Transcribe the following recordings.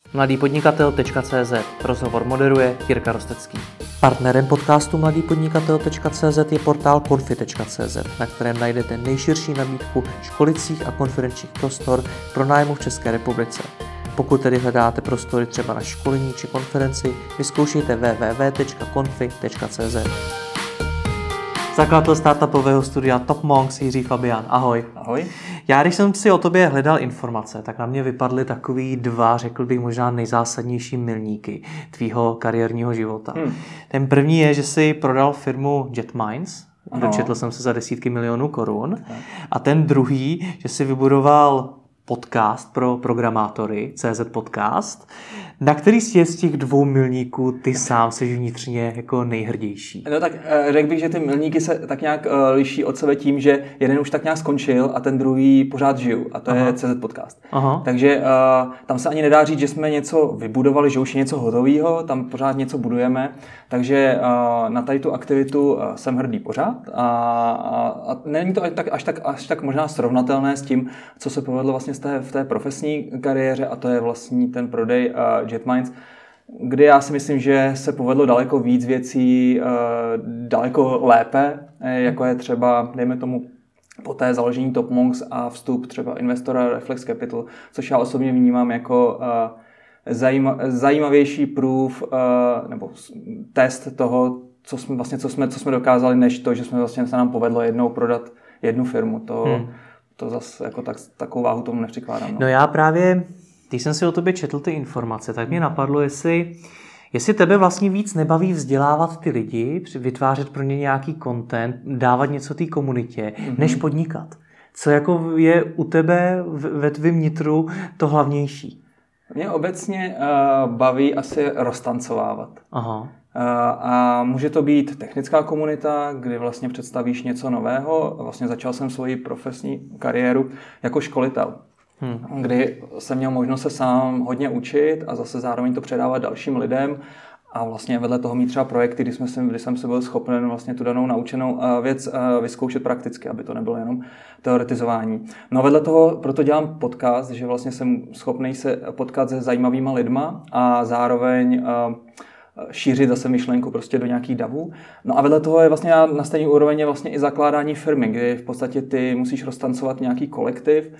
mladýpodnikatel.cz. Rozhovor moderuje Jirka Rostecký. Partnerem podcastu mladýpodnikatel.cz je portál konfi.cz, na kterém najdete nejširší nabídku školicích a konferenčních prostor pro nájmu v České republice. Pokud tedy hledáte prostory třeba na školení či konferenci, vyzkoušejte www.konfi.cz. Zakladatel startupového studia Top Monks Jiří Fabián. Ahoj. Ahoj. Já, když jsem si o tobě hledal informace, tak na mě vypadly takový dva, řekl bych možná nejzásadnější milníky tvýho kariérního života. Ten první je, že jsi prodal firmu JetMinds, dočetl jsem se za desítky milionů korun. A ten druhý, že jsi vybudoval podcast pro programátory, CZ Podcast, na který z těch dvou milníků ty sám jsi vnitřně jako nejhrdější? No tak řekl bych, že ty milníky se tak nějak liší od sebe tím, že jeden už tak nějak skončil a ten druhý pořád žiju a to je CZ Podcast. Aha. Takže tam se ani nedá říct, že jsme něco vybudovali, že už je něco hotového, tam pořád něco budujeme, takže na tady tu aktivitu jsem hrdý pořád a není to až tak možná srovnatelné s tím, co se povedlo vlastně v té profesní kariéře, a to je vlastně ten prodej JetMinds, kdy já si myslím, že se povedlo daleko víc věcí, daleko lépe, jako je třeba, dejme tomu, poté založení Top Monks a vstup třeba investora Reflex Capital, což já osobně vnímám jako zajímavější proof nebo test toho, co jsme dokázali, než to, že se nám povedlo jednou prodat jednu firmu. To zase jako takovou váhu tomu nepřikládám. No já právě, když jsem si o tobě četl ty informace, tak mě napadlo, jestli tebe vlastně víc nebaví vzdělávat ty lidi, vytvářet pro ně nějaký content, dávat něco té komunitě, než podnikat. Co jako je u tebe ve tvým nitru to hlavnější? Mě obecně baví asi roztancovávat. Aha. A může to být technická komunita, kdy vlastně představíš něco nového. Vlastně začal jsem svoji profesní kariéru jako školitel, kdy jsem měl možnost se sám hodně učit a zase zároveň to předávat dalším lidem a vlastně vedle toho mít třeba projekty, kdy jsem si byl schopen vlastně tu danou naučenou věc vyzkoušet prakticky, aby to nebylo jenom teoretizování. No a vedle toho proto dělám podcast, že vlastně jsem schopný se potkat se zajímavýma lidma a zároveň šířit zase myšlenku prostě do nějakých davů. No a vedle toho je vlastně na stejné úroveň je vlastně i zakládání firmy, kdy v podstatě ty musíš roztancovat nějaký kolektiv.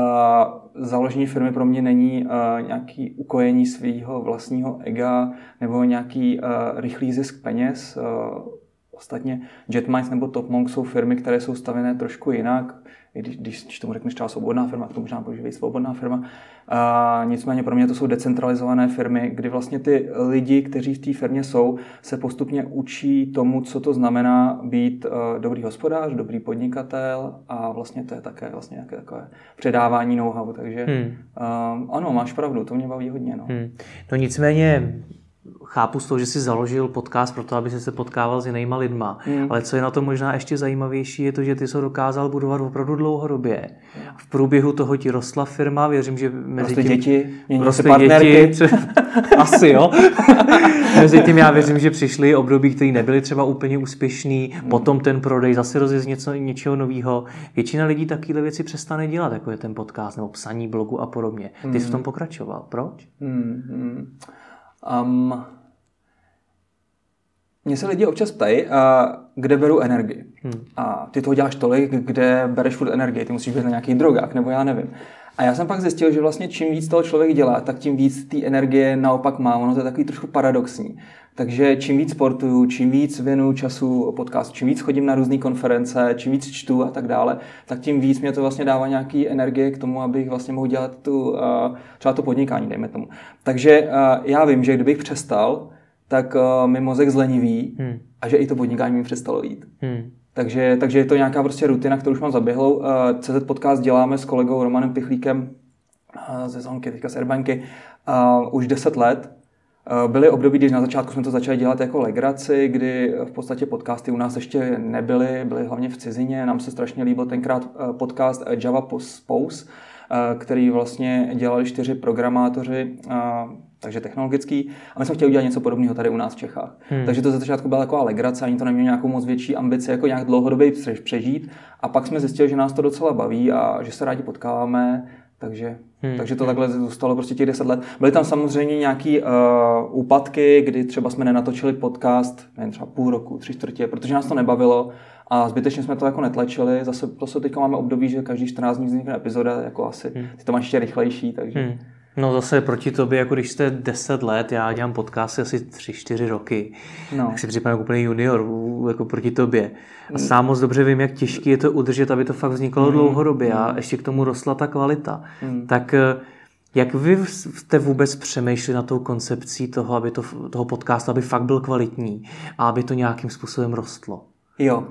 Založení firmy pro mě není nějaký ukojení svého vlastního ega nebo nějaký rychlý zisk peněz. Ostatně JetMinds nebo Top Monks jsou firmy, které jsou stavěné trošku jinak. Když tomu řekneš třeba svobodná firma, to možná používají svobodná firma. Nicméně pro mě to jsou decentralizované firmy, kdy vlastně ty lidi, kteří v té firmě jsou, se postupně učí tomu, co to znamená být dobrý hospodář, dobrý podnikatel a vlastně to je také vlastně nějaké takové předávání know-how. Takže ano, máš pravdu, to mě baví hodně. No nicméně chápu z toho, že jsi založil podcast proto, aby se potkával s jinýma lidma. Ale co je na to možná ještě zajímavější, je to, že ty jsi ho dokázal budovat opravdu dlouhodobě. V průběhu toho ti rostla firma, věřím, že mezi tím děti, mění se partnerky. Asi jo. Mezi tím já věřím, že přišly období, které nebyly třeba úplně úspěšný, potom ten prodej, zase rozjezd něčeho nového. Většina lidí takovéhle věci přestane dělat, jako je ten podcast nebo psaní blogu a podobně. Ty jsi v tom pokračoval. Proč? Mně se lidi občas ptají, kde beru energii. A ty toho děláš tolik, kde bereš furt energii. Ty musíš být na nějakých drogách, nebo já nevím. A já jsem pak zjistil, že vlastně čím víc toho člověk dělá, tak tím víc té energie naopak má. Ono to je takový trošku paradoxní. Takže čím víc sportuju, čím víc věnuju času podcastu, čím víc chodím na různé konference, čím víc čtu a tak dále, tak tím víc mě to vlastně dává nějaký energie k tomu, abych vlastně mohl dělat třeba to podnikání, dejme tomu. Takže já vím, že kdybych přestal, tak mi mozek zleniví a že i to podnikání mi přestalo jít. Takže je to nějaká prostě rutina, kterou už mám zaběhlou. CZ Podcast děláme s kolegou Romanem Pichlíkem ze Zonky, teďka z Airbanky, už 10 let. Byly období, když na začátku jsme to začali dělat jako legraci, kdy v podstatě podcasty u nás ještě nebyly, byly hlavně v cizině. Nám se strašně líbil tenkrát podcast Java Pose, který vlastně dělali 4 programátoři, takže technologický. A my jsme chtěli udělat něco podobného tady u nás v Čechách. Takže to ze začátku byla taková legrace, ani to nemělo nějakou moc větší ambici, jako nějak dlouhodobě přežít. A pak jsme zjistili, že nás to docela baví a že se rádi potkáváme. Takže to takhle zůstalo prostě těch 10 let. Byly tam samozřejmě nějaký úpadky, kdy třeba jsme nenatočili podcast, nevím, třeba půl roku, 3/4, protože nás to nebavilo a zbytečně jsme to jako netlačili. Zase teďka máme období, že každý 14 dní vznikne epizoda, jako asi ty to máš ještě rychlejší, takže... No zase proti tobě, jako když jste 10 let, já dělám podcasty asi 3-4 roky, tak si připadám úplně junior, jako proti tobě. A sám moc dobře vím, jak těžké je to udržet, aby to fakt vzniklo dlouhodobě a ještě k tomu rostla ta kvalita. Tak jak vy jste vůbec přemýšleli na tou koncepcí toho, aby toho podcastu, aby fakt byl kvalitní a aby to nějakým způsobem rostlo? Jo.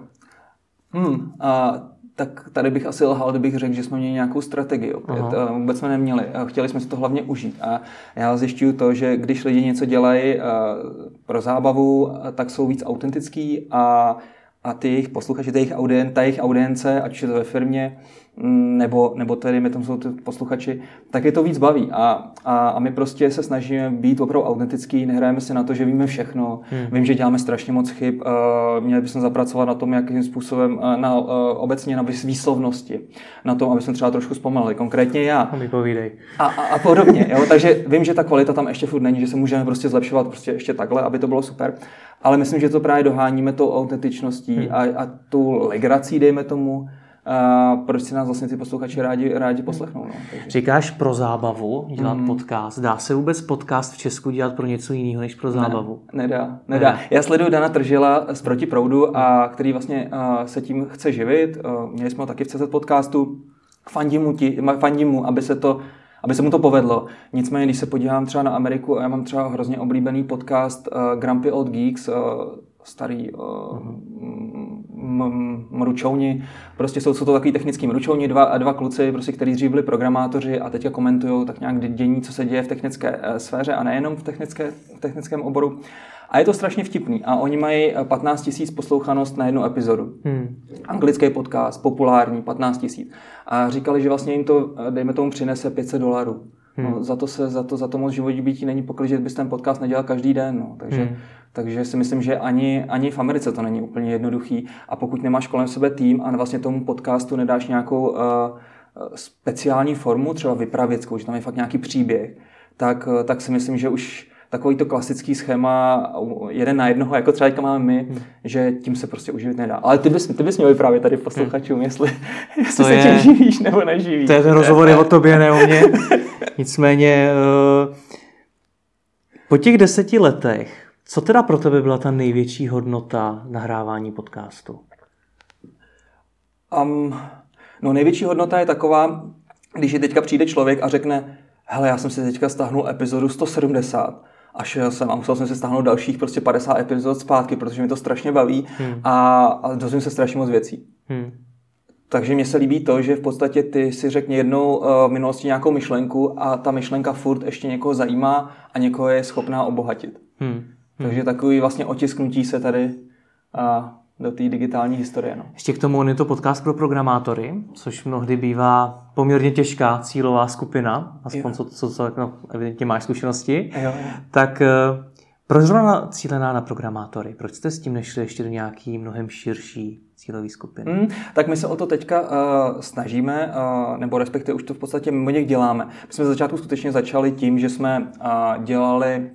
Tak tady bych asi lhal, kdybych řekl, že jsme měli nějakou strategii. Vůbec jsme neměli. Chtěli jsme si to hlavně užít. A já zjišťuju to, že když lidi něco dělají pro zábavu, tak jsou víc autentický a ty jejich posluchači, ta jejich audience, ať už je to ve firmě, nebo tady my tam jsou ty posluchači, tak je to víc baví. A my prostě se snažíme být opravdu autentický, nehrajeme si na to, že víme všechno. Vím, že děláme strašně moc chyb. Měli bychom zapracovat na tom, jakým způsobem, obecně na výslovnosti. Na tom, aby jsme třeba trošku zpomalili. Konkrétně já. A podobně. Jo? Takže vím, že ta kvalita tam ještě furt není, že se můžeme prostě zlepšovat prostě ještě takhle, aby to bylo super. Ale myslím, že to právě doháníme tou autentičností a tou legrací, dejme tomu, proč si nás vlastně ty posluchači rádi poslechnou. No. Takže... Říkáš pro zábavu dělat podcast. Dá se vůbec podcast v Česku dělat pro něco jiného než pro zábavu? Nedá. Já sleduju Dana Tržila z Proti proudu, který vlastně se tím chce živit. Měli jsme ho taky v CZ podcastu. Fandím mu, aby se mu to povedlo. Nicméně, když se podívám třeba na Ameriku, já mám třeba hrozně oblíbený podcast Grumpy Old Geeks, starý mručouni. Prostě jsou to takový technický mručouni, dva kluci, prostě, kteří dřív byli programátoři a teďka komentují tak nějak dění, co se děje v technické sféře a nejenom v technickém oboru. A je to strašně vtipný. A oni mají 15 000 poslouchanost na jednu epizodu. Anglický podcast, populární, 15 000. A říkali, že vlastně jim to, dejme tomu, přinese $500. No, za to moc živobytí není, pokud bys ten podcast nedělal každý den. No. Takže si myslím, že ani v Americe to není úplně jednoduchý. A pokud nemáš kolem sebe tým a vlastně tomu podcastu nedáš nějakou speciální formu, třeba vypravěckou, že tam je fakt nějaký příběh, tak si myslím, že už takový to klasický schéma 1 na 1, jako třeba máme my, že tím se prostě uživit nedá. Ale ty bys měl vyprávět tady posluchačům, jestli se tím živíš nebo neživíš. To je ten rozhovor je o tobě, ne o mně. Nicméně po těch 10 letech, co teda pro tebe byla ta největší hodnota nahrávání podcastu? Největší hodnota je taková, když je teďka přijde člověk a řekne, hele, já jsem si teďka stáhnul epizodu 170 a šel jsem a musel jsem si stáhnout dalších prostě 50 epizod zpátky, protože mi to strašně baví a dozvím se strašně moc věcí. Takže mně se líbí to, že v podstatě ty si řekni jednou v minulosti nějakou myšlenku a ta myšlenka furt ještě někoho zajímá a někoho je schopná obohatit. Takže takový vlastně otisknutí se tady do té digitální historie. No. Ještě k tomu, on je to podcast pro programátory, což mnohdy bývá poměrně těžká cílová skupina, aspoň co evidentně máš zkušenosti. Jo. Tak proč zrovna cílená na programátory? Proč jste s tím nešli ještě do nějaký mnohem širší cílový skupiny? Tak my se o to teďka snažíme, nebo respektive už to v podstatě mimo něch děláme. My jsme začátku skutečně začali tím, že jsme dělali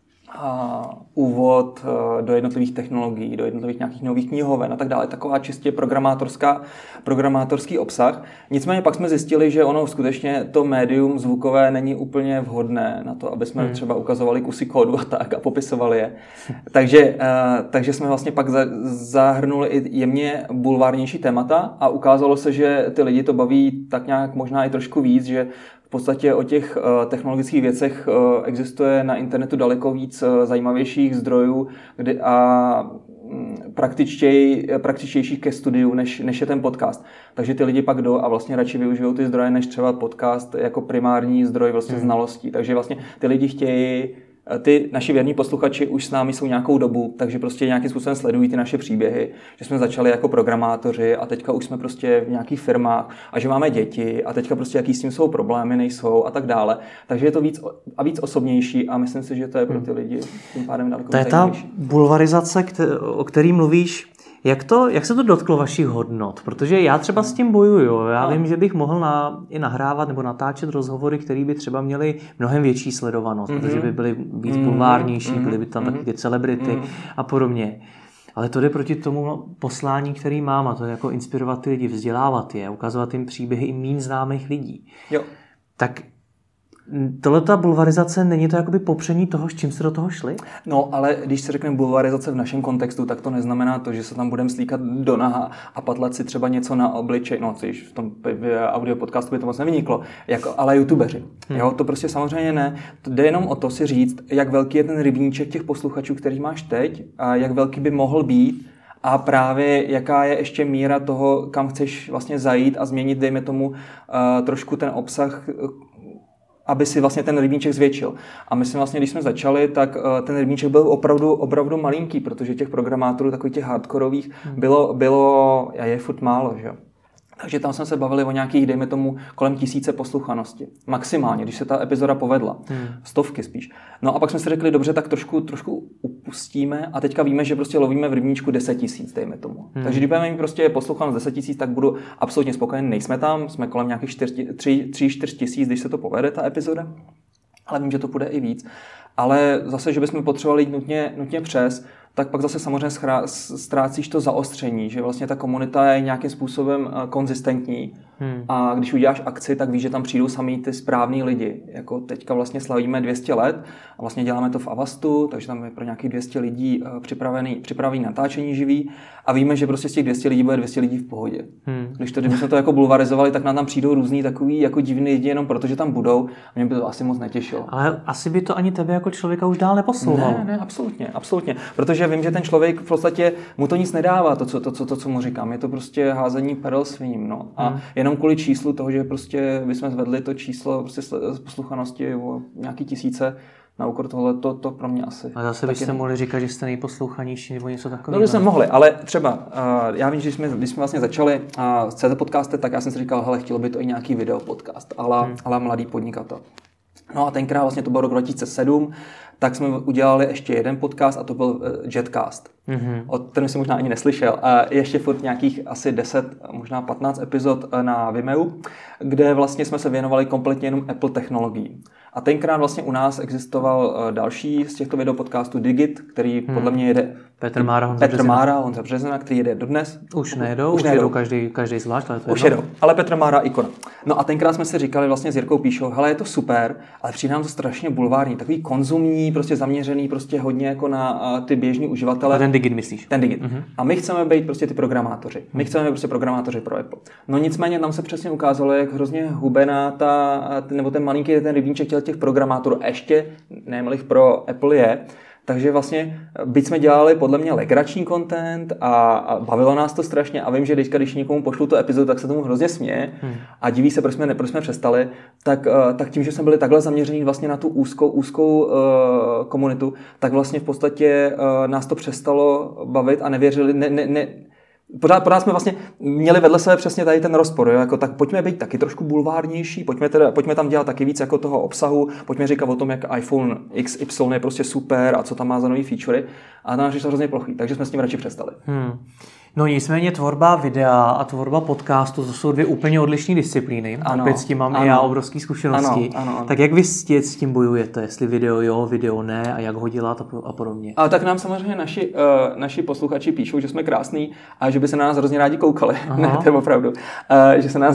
úvod do jednotlivých technologií, do jednotlivých nějakých nových knihoven a tak dále. Taková čistě programátorský obsah. Nicméně pak jsme zjistili, že ono skutečně to médium zvukové není úplně vhodné na to, aby jsme třeba ukazovali kusy kódu a tak a popisovali je. Takže jsme vlastně pak zahrnuli i jemně bulvárnější témata a ukázalo se, že ty lidi to baví tak nějak možná i trošku víc, že v podstatě o těch technologických věcech existuje na internetu daleko víc zajímavějších zdrojů a praktičtějších ke studiu, než je ten podcast. Takže ty lidi pak jdou a vlastně radši využijou ty zdroje, než třeba podcast jako primární zdroj vlastně znalostí. Takže vlastně ty lidi chtějí, ty naši věrní posluchači už s námi jsou nějakou dobu, takže prostě nějakým způsobem sledují ty naše příběhy, že jsme začali jako programátoři a teďka už jsme prostě v nějakých firmách a že máme děti a teďka prostě jaký s tím jsou problémy, nejsou a tak dále. Takže je to víc osobnější a myslím si, že to je pro ty lidi tím pádem daleko zajímavější. To je ta bulvarizace, o který mluvíš, Jak se to dotklo vašich hodnot? Protože já třeba s tím bojuju. Já vím, že bych mohl i nahrávat nebo natáčet rozhovory, které by třeba měly mnohem větší sledovanost, protože by byly víc bulvárnější, byly by tam taky ty celebrity a podobně. Ale to jde proti tomu poslání, který mám, a to je jako inspirovat ty lidi, vzdělávat je, ukazovat jim příběhy i méně známých lidí. Jo. Tak tohleta bulvarizace, není to jakoby popření toho, s čím se do toho šli? No, ale když se řekne bulvarizace v našem kontextu, tak to neznamená to, že se tam budeme slíkat do naha a patlat si třeba něco na obličej. No, což v tom audio podcastu by to moc nevyniklo, ale youtubeři. Jo, to prostě samozřejmě ne. To jde jenom o to si říct, jak velký je ten rybníček těch posluchačů, který máš teď, a jak velký by mohl být, a právě jaká je ještě míra toho, kam chceš vlastně zajít a změnit, dejme tomu, trošku ten obsah, aby si vlastně ten rybníček zvětšil. A myslím vlastně, když jsme začali, tak ten rybníček byl opravdu malinký, protože těch programátorů, takových těch hardkorových, bylo a je furt málo, že jo. Takže tam jsme se bavili o nějakých, dejme tomu, kolem 1000 posluchanosti. Maximálně, když se ta epizoda povedla. 100 spíš. No a pak jsme si řekli, dobře, tak trošku upustíme a teďka víme, že prostě lovíme v rybníčku 10 000, dejme tomu. Takže když budeme mít prostě posluchanost 10 000, tak budu absolutně spokojený. Nejsme tam, jsme kolem nějakých 3-4 tisíc, když se to povede, ta epizoda. Ale vím, že to půjde i víc. Ale zase, že bychom potřebovali jít nutně přes, tak pak zase samozřejmě ztrácíš to zaostření, že vlastně ta komunita je nějakým způsobem konzistentní a když uděláš akci, tak víš, že tam přijdou sami ty správný lidi. Jako teďka vlastně slavíme 200 let a vlastně děláme to v Avastu, takže tam je pro nějakých 200 lidí připravený natáčení živý a víme, že prostě z těch 200 lidí bude 200 lidí v pohodě. Kdybychom to jako bulvarizovali, tak nám tam přijdou různý takový jako divný lidi jenom protože tam budou a mě by to asi moc netěšilo. Ale asi by to ani tebe jako člověka už dál neposlouchalo. Ne, absolutně. Protože vím, že ten člověk v podstatě mu to nic nedává, to, co mu říkám. Je to prostě házení perel svým. No. A jenom kvůli číslu toho, že prostě bychom zvedli to číslo prostě z posluchanosti o nějaký 1000 na úkor tohle, to pro mě asi. A zase byste mohli říkat, že jste nejposlouchanější nebo něco takového. No, jsme mohli, ale třeba já vím, že když jsme vlastně začali s CZ podcastem, tak já jsem si říkal, hele, chtělo by to i nějaký video podcast, ale mladý podnikatel. No a tenkrát vlastně to bylo rok 2007, tak jsme udělali ještě jeden podcast a to byl Jetcast, o kterém jsem možná ani neslyšel. Ještě furt nějakých asi 10, možná 15 epizod na Vimeu, kde vlastně jsme se věnovali kompletně jenom Apple technologií. A tenkrát vlastně u nás existoval další z těchto videopodcastů Digit, který podle mě jede Petr Mára, Honza Březina, který jede dodnes. Už nejedou každý zvlášť, ale to je už jedou, ale Petr Mára ikona. No a tenkrát jsme si říkali vlastně s Jirkou Píšou, hele, je to super, ale přijde nám to strašně bulvární, takový konzumní, prostě zaměřený prostě hodně jako na ty běžní uživatele. A ten Digit myslíš? Ten Digit. A my chceme být prostě ty programátoři. My chceme být prostě programátoři pro Apple. No nicméně tam se přesně ukázalo, jak hrozně hubená nebo ten malinký ten rybníček těch programátorů ještě nemlich pro Apple je. Takže vlastně, byť jsme dělali podle mě legrační content a bavilo nás to strašně a vím, že když někomu pošlu tu epizodu, tak se tomu hrozně směje a diví se, proč jsme přestali, tak tím, že jsme byli takhle zaměření vlastně na tu úzkou komunitu, tak vlastně v podstatě nás to přestalo bavit a nevěřili, Pořád jsme vlastně měli vedle sebe přesně tady ten rozpor, jo? Jako, tak pojďme být taky trošku bulvárnější, pojďme tam dělat taky víc jako toho obsahu, pojďme říkat o tom, jak iPhone XY je prostě super a co tam má za nový featurey a to nám přišlo hrozně plochý, takže jsme s tím radši přestali. No nicméně tvorba videa a tvorba podcastu, to jsou dvě úplně odlišné disciplíny. Opět s tím mám i já obrovské zkušenosti. Ano. Tak jak vy s tím bojujete? Jestli video jo, video ne a jak ho dělat a podobně? A tak nám samozřejmě naši posluchači píšou, že jsme krásný a že by se na nás hrozně rádi koukali. Ne, to je opravdu. Že se nás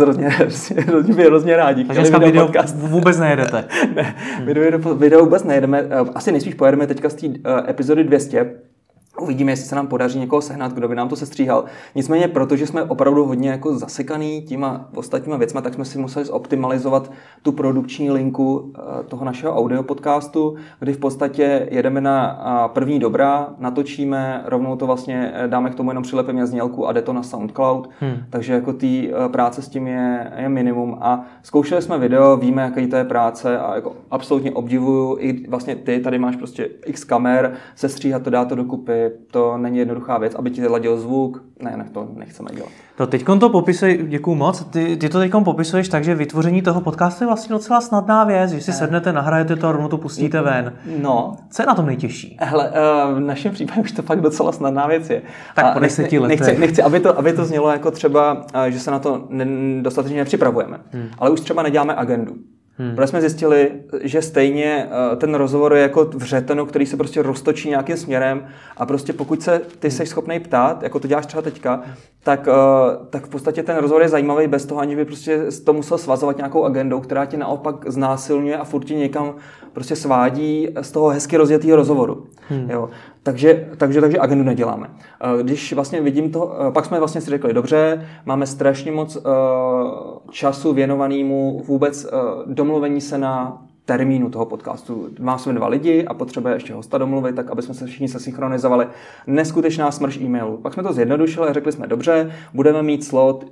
hrozně rádi. Takže dneska video vůbec nejedete. Ne, video vůbec nejedeme. Asi nejspíš pojedeme teďka z té epizody 200. Uvidíme, jestli se nám podaří někoho sehnat, kdo by nám to sestříhal. Nicméně, protože jsme opravdu hodně jako zasekaný těma ostatníma věcma, tak jsme si museli zoptimalizovat tu produkční linku toho našeho audio podcastu, kdy v podstatě jedeme na první dobra, natočíme, rovnou to vlastně dáme k tomu jenom přilepíme znělku a jde to na SoundCloud. Takže jako té práce s tím je minimum. A zkoušeli jsme video, víme, jaký to je práce a jako absolutně obdivuju. I vlastně ty tady máš prostě x kamer, sestříhat to, dát to dokupy, to není jednoduchá věc, aby ti ladil zvuk. Ne, to nechceme dělat. No teďkon to popisuje, děkuju moc, ty to teďkon popisuješ tak, že vytvoření toho podcastu je vlastně docela snadná věc, že si sednete, nahrajete to a rovnou to pustíte ven. No. Co je na tom nejtěžší? Hele, v našem případě už to fakt docela snadná věc je. Tak po 10 letech. Nechci, aby to znělo jako třeba, že se na to dostatečně nepřipravujeme, ale už třeba neděláme agendu. Protože jsme zjistili, že stejně ten rozhovor je jako vřeteno, který se prostě roztočí nějakým směrem a prostě pokud se ty jsi schopnej ptát, jako to děláš třeba teďka, tak v podstatě ten rozhovor je zajímavý bez toho, aniž by prostě to musel svazovat nějakou agendou, která tě naopak znásilňuje a furt ti někam prostě svádí z toho hezky rozjetého rozhovoru. Jo. Takže agendu neděláme. Když vlastně vidím to, pak jsme vlastně si řekli, dobře, máme strašně moc času věnovanému vůbec domluvení se na termínu toho podcastu. Máme 2 lidi a potřebuje ještě hosta domluvit, tak aby jsme se všichni synchronizovali. Neskutečná smrš e-mailů. Pak jsme to zjednodušili a řekli jsme, dobře, budeme mít slot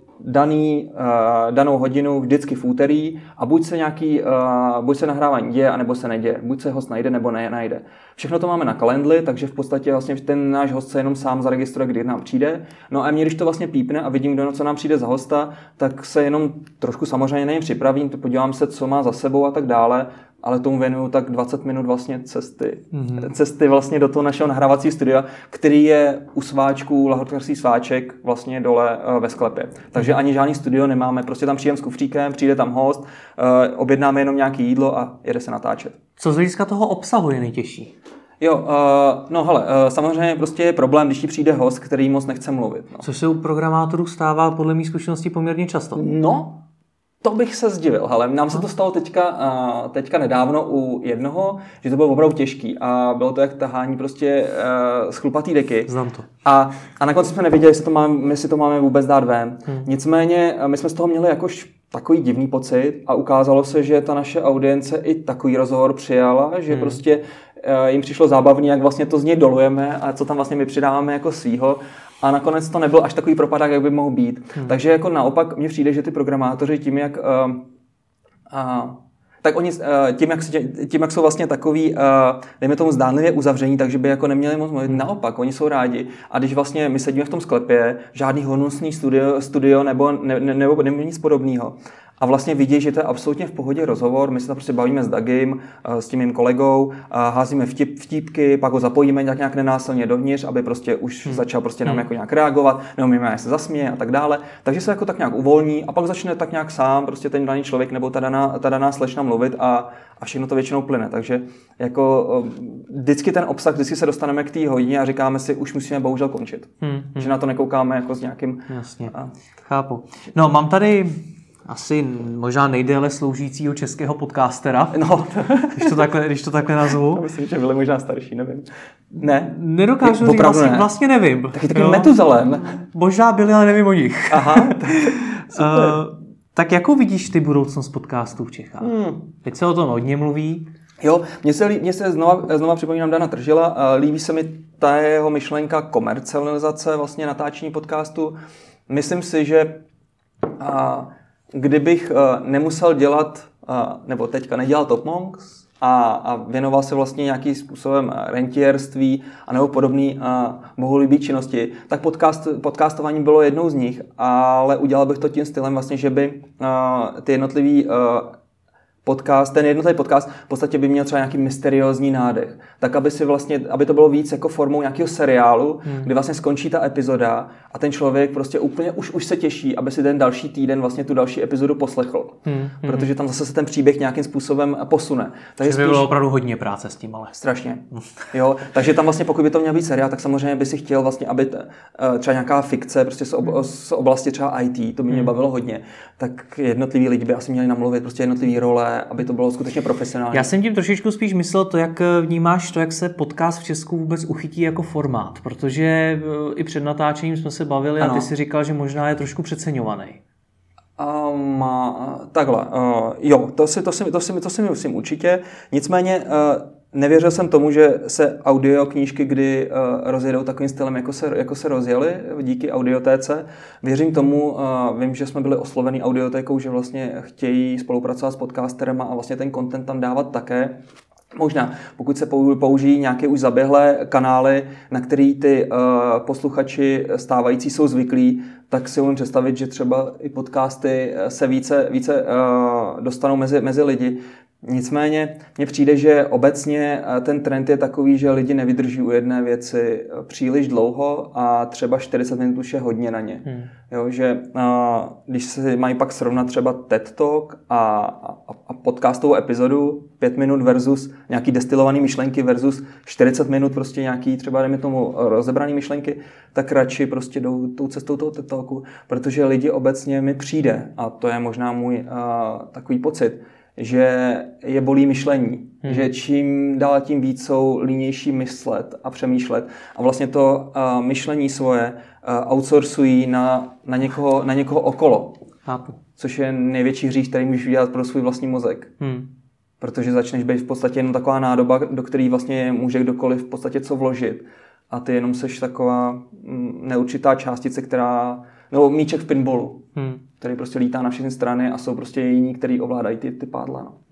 danou hodinu vždycky v úterý a buď se nahrávání děje, anebo se neděje. Buď se host najde, nebo nejde. Všechno to máme na kalendli, takže v podstatě vlastně ten náš host se jenom sám zaregistruje, kdy nám přijde. No a mě, když to vlastně pípne a vidím, co nám přijde za hosta, tak se jenom trošku samozřejmě na něj připravím, podívám se, co má za sebou a tak dále, ale tomu věnuju tak 20 minut vlastně cesty vlastně do toho našeho nahrávacího studia, který je u sváčků, Lahortkarský sváček vlastně dole ve sklepě. Takže ani žádný studio nemáme, prostě tam přijdeme s kufříkem, přijde tam host, objednáme jenom nějaké jídlo a jede se natáčet. Co z hlediska toho obsahu je nejtěžší? Jo, no hele, samozřejmě prostě je problém, když ti přijde host, který moc nechce mluvit. No. Což se u programátorů stává podle mých zkušeností poměrně často. No, to bych se zdivil, hele, nám se to stalo teďka nedávno u jednoho, že to bylo opravdu těžký a bylo to jak tahání prostě z chlupatý deky. Znám to. A na konci jsme nevěděli, jestli si to máme vůbec dát ven. Nicméně my jsme z toho měli jakož takový divný pocit a ukázalo se, že ta naše audience i takový rozhovor přijala, že prostě jim přišlo zábavný, jak vlastně to z něj dolujeme a co tam vlastně my přidáváme jako svýho. A nakonec to nebyl až takový propadák, jak by mohl být. Takže jako naopak mně přijde, že ty programátoři tím, jak tak oni tím, jak jsou vlastně takový, dejme tomu zdánlivě uzavření, takže by jako neměli moc mluvit. Naopak, oni jsou rádi. A když vlastně my sedíme v tom sklepě, žádný honosný studio nebo nic podobného. A vlastně vidí, že to je absolutně v pohodě rozhovor. My se tam prostě bavíme s Dagim, s tím mým kolegou, házíme vtípky, pak ho zapojíme nějak nenásilně dovnitř, aby prostě už začal prostě nám jako nějak reagovat, nebo mimo se zasměje a tak dále. Takže se jako tak nějak uvolní a pak začne tak nějak sám prostě ten daný člověk nebo ta daná slečna mluvit a všechno to většinou plyne. Takže jako vždycky ten obsah, vždycky se dostaneme k té hodině a říkáme si, už musíme bohužel končit. Že na to nekoukáme jako s nějakým... Jasně, chápu. No, mám tady asi možná nejdéle sloužícího českého podcastera, no. když to takhle nazvu. Myslím, že byli možná starší, nevím. Ne? Nedokážu říct, vlastně nevím. Taky takový Metuzalem. Možná byli, ale nevím o nich. Aha. Tak jakou vidíš ty budoucnost podcastů v Čechách? Teď se o tom hodně mluví. Jo, mně se znova připomínám Dana Tržila. Líbí se mi ta jeho myšlenka komercializace vlastně natáčení podcastu. Myslím si, že kdybych nemusel dělat, nebo teďka nedělal Top Monks a věnoval se vlastně nějakým způsobem rentierství a nebo podobný bohulibý činnosti, tak podcastování bylo jednou z nich, ale udělal bych to tím stylem vlastně, že by ty jednotlivý ten jednotlivý podcast v podstatě by měl třeba nějaký mysteriózní nádech. Tak, aby to bylo víc jako formou nějakého seriálu, kdy vlastně skončí ta epizoda a ten člověk prostě úplně už se těší, aby si ten další týden vlastně tu další epizodu poslechl. Protože tam zase se ten příběh nějakým způsobem posune. Takže by bylo opravdu hodně práce s tím, ale. Strašně. Jo, takže tam vlastně pokud by to měl být seriál, tak samozřejmě by si chtěl vlastně, aby třeba nějaká fikce prostě z oblasti třeba IT, to by mě bavilo hodně, tak jednotliví lidi by asi měli namluvit prostě jednotlivý role, aby to bylo skutečně profesionální. Já jsem tím trošičku spíš myslel to, jak vnímáš to, jak se podcast v Česku vůbec uchytí jako formát, protože i před natáčením jsme se bavili a ty si říkal, že možná je trošku přeceňovaný. Takhle, jo, to si myslím určitě, nicméně nevěřil jsem tomu, že se audioknížky kdy rozjedou takovým stylem, jako se rozjeli díky Audiotéce. Věřím tomu, vím, že jsme byli oslovený Audiotékou, že vlastně chtějí spolupracovat s podcasterema a vlastně ten content tam dávat také. Možná, pokud se použijí nějaké už zaběhlé kanály, na který ty posluchači stávající jsou zvyklí, tak si umím představit, že třeba i podcasty se více dostanou mezi lidi. Nicméně mně přijde, že obecně ten trend je takový, že lidi nevydrží u jedné věci příliš dlouho a třeba 40 minut už je hodně na ně. Jo, že když se mají pak srovnat třeba TED Talk a podcastovou epizodu 5 minut versus nějaký destilovaný myšlenky versus 40 minut prostě nějaký třeba dejme tomu rozebraný myšlenky, tak radši prostě jdou tou cestou toho TED Talku, protože lidi obecně mi přijde, a to je možná můj takový pocit, že je bolí myšlení, že čím dál tím víc jsou línější myslet a přemýšlet a vlastně to myšlení svoje outsourcují na někoho okolo. Chápu. Což je největší hřích, který můžeš udělat pro svůj vlastní mozek. Protože začneš být v podstatě jenom taková nádoba, do které vlastně může kdokoliv v podstatě co vložit. A ty jenom seš taková neurčitá částice, nebo míček v pinballu, který prostě lítá na všechny strany a jsou prostě jiní, kteří ovládají ty pádla. No.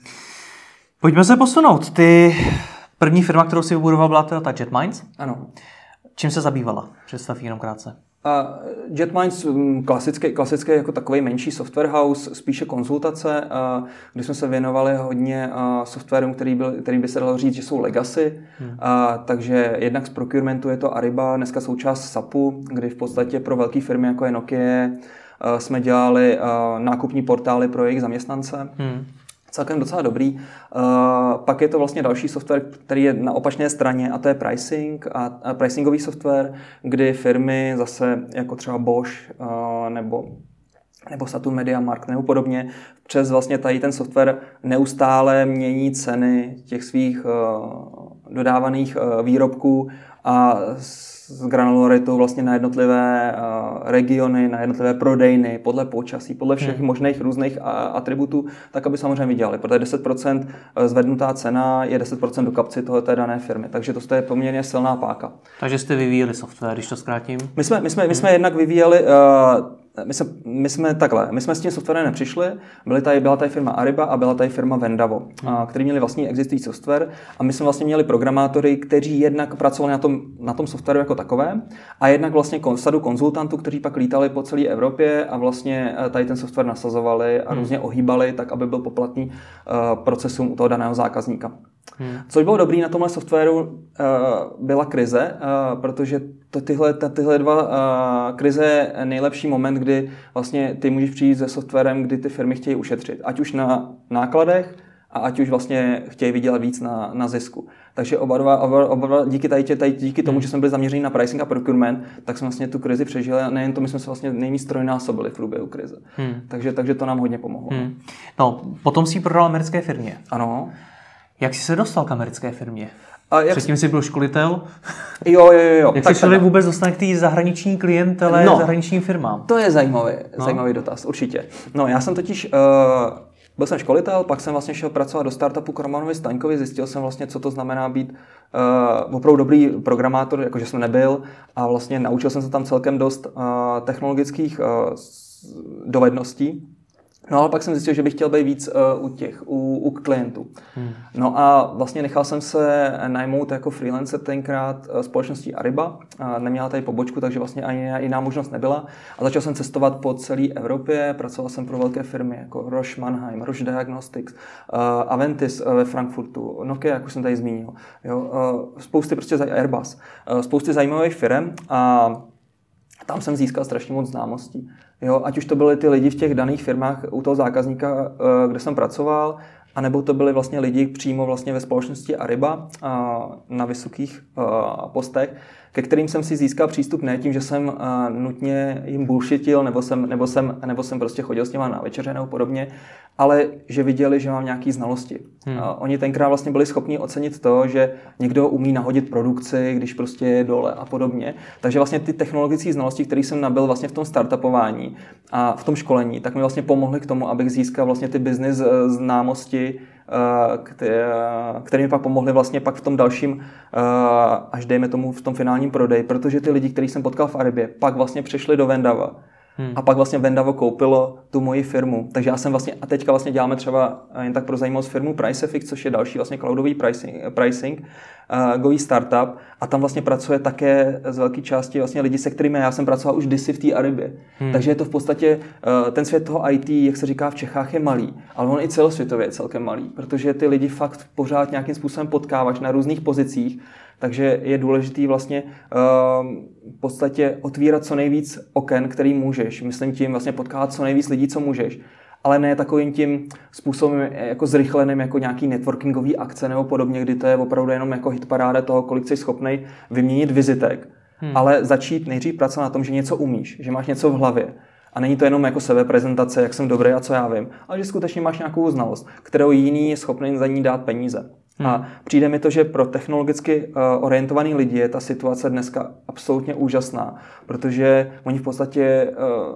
Pojďme se posunout. Ty první firma, kterou si vybudoval, byla ta JetMinds? Ano. Čím se zabývala? Představ jenom krátce. JetMinds klasický jako takový menší software house, spíše konzultace, kdy jsme se věnovali hodně softwarům, který by se dalo říct, že jsou legacy. Takže jednak z procurementu je to Ariba, dneska součást SAPu, kdy v podstatě pro velké firmy jako je Nokia jsme dělali nákupní portály pro jejich zaměstnance. Celkem docela dobrý. Pak je to vlastně další software, který je na opačné straně, a to je pricing a pricingový software, kdy firmy zase jako třeba Bosch nebo Saturn Media Markt nebo podobně přes vlastně tady ten software neustále mění ceny těch svých dodávaných výrobků a s granularitou vlastně na jednotlivé regiony, na jednotlivé prodejny, podle počasí, podle všech možných různých atributů, tak aby samozřejmě vydělali. Protože 10% zvednutá cena je 10% do kapsy té dané firmy. Takže to je poměrně silná páka. Takže jste vyvíjeli software, když to zkrátím? My jsme jednak vyvíjeli my jsme s tím softwarem nepřišli, byla tady firma Ariba a byla tady firma Vendavo, který měli vlastní existující software a my jsme vlastně měli programátory, kteří jednak pracovali na tom softwaru jako takovém a jednak vlastně sadu konzultantů, kteří pak lítali po celé Evropě a vlastně tady ten software nasazovali a různě ohýbali tak, aby byl poplatný procesům u toho daného zákazníka. Což bylo dobrý na tomhle softwaru, byla krize, protože tyhle dva krize je nejlepší moment, kdy vlastně ty můžeš přijít se softwarem, kdy ty firmy chtějí ušetřit. Ať už na nákladech a ať už vlastně chtějí vydělat víc na zisku. Takže oba dva díky tomu, že jsme byli zaměřeni na pricing a procurement, tak jsme vlastně tu krizi přežili a nejen to, my jsme se vlastně nejvíc trojnásobili v průběhu krize. Takže to nám hodně pomohlo. No, potom si ji prodal americké firmě. Ano. Jak jsi se dostal k americké firmě? Předtím jsi byl školitel? Jo. Jak se člověk vůbec dostane k té zahraniční klientele, zahraničním firmám? To je zajímavý dotaz, určitě. No, já jsem totiž, byl jsem školitel, pak jsem vlastně šel pracovat do startupu k Romanovi Staňkovi, zjistil jsem vlastně, co to znamená být opravdu dobrý programátor, jakože jsem nebyl, a vlastně naučil jsem se tam celkem dost technologických dovedností. No ale pak jsem zjistil, že bych chtěl být víc u klientů. No a vlastně nechal jsem se najmout jako freelancer tenkrát společností Ariba. Neměla tady pobočku, takže vlastně ani jiná možnost nebyla. A začal jsem cestovat po celé Evropě, pracoval jsem pro velké firmy jako Roche Mannheim, Roche Diagnostics, Aventis ve Frankfurtu, Nokia, jak už jsem tady zmínil. Jo, Airbus, spousty zajímavých firm a tam jsem získal strašně moc známostí. Jo, ať už to byly ty lidi v těch daných firmách u toho zákazníka, kde jsem pracoval, anebo to byli vlastně lidi přímo vlastně ve společnosti Ariba na vysokých postech, ke kterým jsem si získal přístup ne tím, že jsem nutně jim bullshitil, nebo jsem prostě chodil s nima na večeře nebo podobně, ale že viděli, že mám nějaké znalosti. Oni tenkrát vlastně byli schopni ocenit to, že někdo umí nahodit produkci, když prostě je dole a podobně. Takže vlastně ty technologické znalosti, které jsem nabyl vlastně v tom startupování a v tom školení, tak mi vlastně pomohly k tomu, abych získal vlastně ty business známosti, které mi pak pomohly vlastně pak v tom dalším, až dejme tomu v tom finálním prodeji, protože ty lidi, který jsem potkal v Aribě, pak vlastně přišli do Vendava A pak vlastně Vendavo koupilo tu moji firmu. Takže já jsem vlastně, a teďka vlastně děláme třeba jen tak pro zajímavost firmu Pricefix, což je další vlastně cloudový pricing gový startup. A tam vlastně pracuje také z velké části vlastně lidi, se kterými já jsem pracoval už kdysi v té Arabě. Takže je to v podstatě, ten svět toho IT, jak se říká v Čechách, je malý. Ale on i celosvětově je celkem malý, protože ty lidi fakt pořád nějakým způsobem potkáváš na různých pozicích. Takže je důležitý vlastně v podstatě otvírat co nejvíc oken, který můžeš. Myslím tím vlastně potkávat co nejvíc lidí, co můžeš. Ale ne takovým tím způsobem jako zrychleným, jako nějaký networkingový akce nebo podobně, kdy to je opravdu jenom jako hitparáda toho, kolik jsi schopnej vyměnit vizitek. Ale začít nejdřív pracovat na tom, že něco umíš, že máš něco v hlavě. A není to jenom jako sebeprezentace, jak jsem dobrý a co já vím, ale že skutečně máš nějakou znalost, kterou jiný je schopný za ní dát peníze. A přijde mi to, že pro technologicky orientovaný lidi je ta situace dneska absolutně úžasná, protože oni v podstatě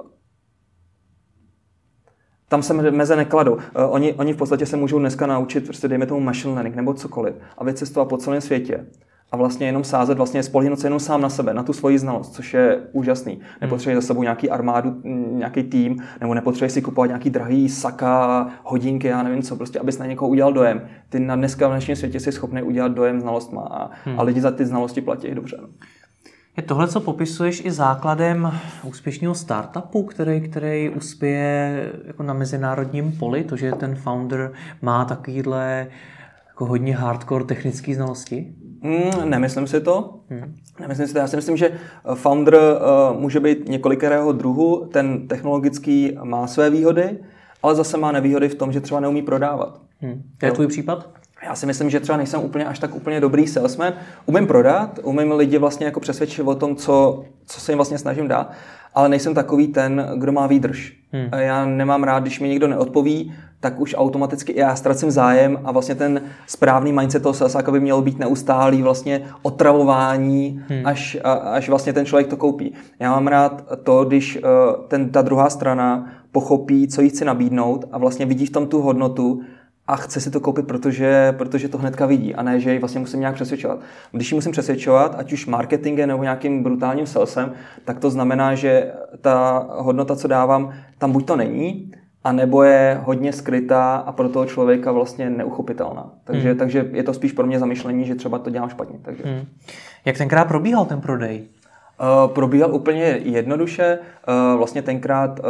tam se meze nekladou. Oni v podstatě se můžou dneska naučit, prostě dejme tomu machine learning nebo cokoliv a vycestovat po celém světě. A vlastně jenom sázet, vlastně spolehnout se jenom sám na sebe, na tu svoji znalost, což je úžasný. Nepotřebuješ za sebou nějaký armádu, nějaký tým, nebo nepotřebuješ si kupovat nějaký drahý saka, hodinky, já nevím co, prostě abys na někoho udělal dojem. Ty na dneska v dnešním světě jsi schopný udělat dojem znalostma a lidi za ty znalosti platí dobře. No. Je tohle, co popisuješ, i základem úspěšného startupu, který uspěje jako na mezinárodním poli, to, že ten founder má takovýhle jako hodně hardcore technické znalosti? Nemyslím si to. Já si myslím, že founder může být několikerého druhu. Ten technologický má své výhody, ale zase má nevýhody v tom, že třeba neumí prodávat. To je tvůj případ? Já si myslím, že třeba nejsem až tak úplně dobrý salesman. Umím prodat, umím lidi vlastně jako přesvědčit o tom, co se jim vlastně snažím dát, ale nejsem takový ten, kdo má výdrž. Já nemám rád, když mi někdo neodpoví, tak už automaticky já ztracím zájem a vlastně ten správný mindset toho salesa by měl být neustálý vlastně otravování, až vlastně ten člověk to koupí. Já mám rád to, když ta druhá strana pochopí, co jí chci nabídnout a vlastně vidí v tom tu hodnotu a chce si to koupit, protože to hnedka vidí a ne, že ji vlastně musím nějak přesvědčovat. Když ji musím přesvědčovat, ať už marketingem nebo nějakým brutálním salesem, tak to znamená, že ta hodnota, co dávám, tam buď to není, a nebo je hodně skrytá a pro toho člověka vlastně neuchopitelná. Takže je to spíš pro mě zamyšlení, že třeba to dělám špatně. Takže. Jak tenkrát probíhal ten prodej? Probíhal úplně jednoduše. Vlastně tenkrát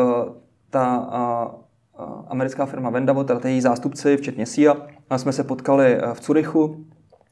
americká firma Vendavo, teda její zástupci, včetně SIA, jsme se potkali v Curychu.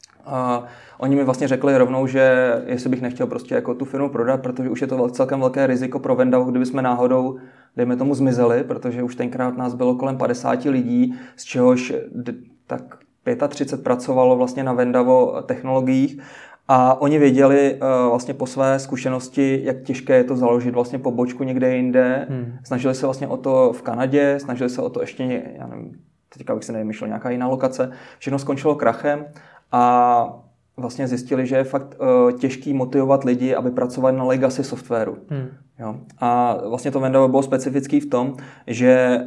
Oni mi vlastně řekli rovnou, že jestli bych nechtěl prostě jako tu firmu prodat, protože už je to celkem velké riziko pro Vendavo, kdyby jsme náhodou, dejme tomu, zmizeli, protože už tenkrát nás bylo kolem 50 lidí, z čehož tak 35 pracovalo vlastně na Vendavo technologiích. A oni věděli vlastně po své zkušenosti, jak těžké je to založit vlastně pobočku někde jinde. Snažili se vlastně o to v Kanadě, snažili se o to ještě, já nevím, teďka bych si nevymyšlel, nějaká jiná lokace. Všechno skončilo krachem a vlastně zjistili, že je fakt těžký motivovat lidi, aby pracovali na legacy softwaru. Jo. A vlastně to Vendavo bylo specifický v tom, že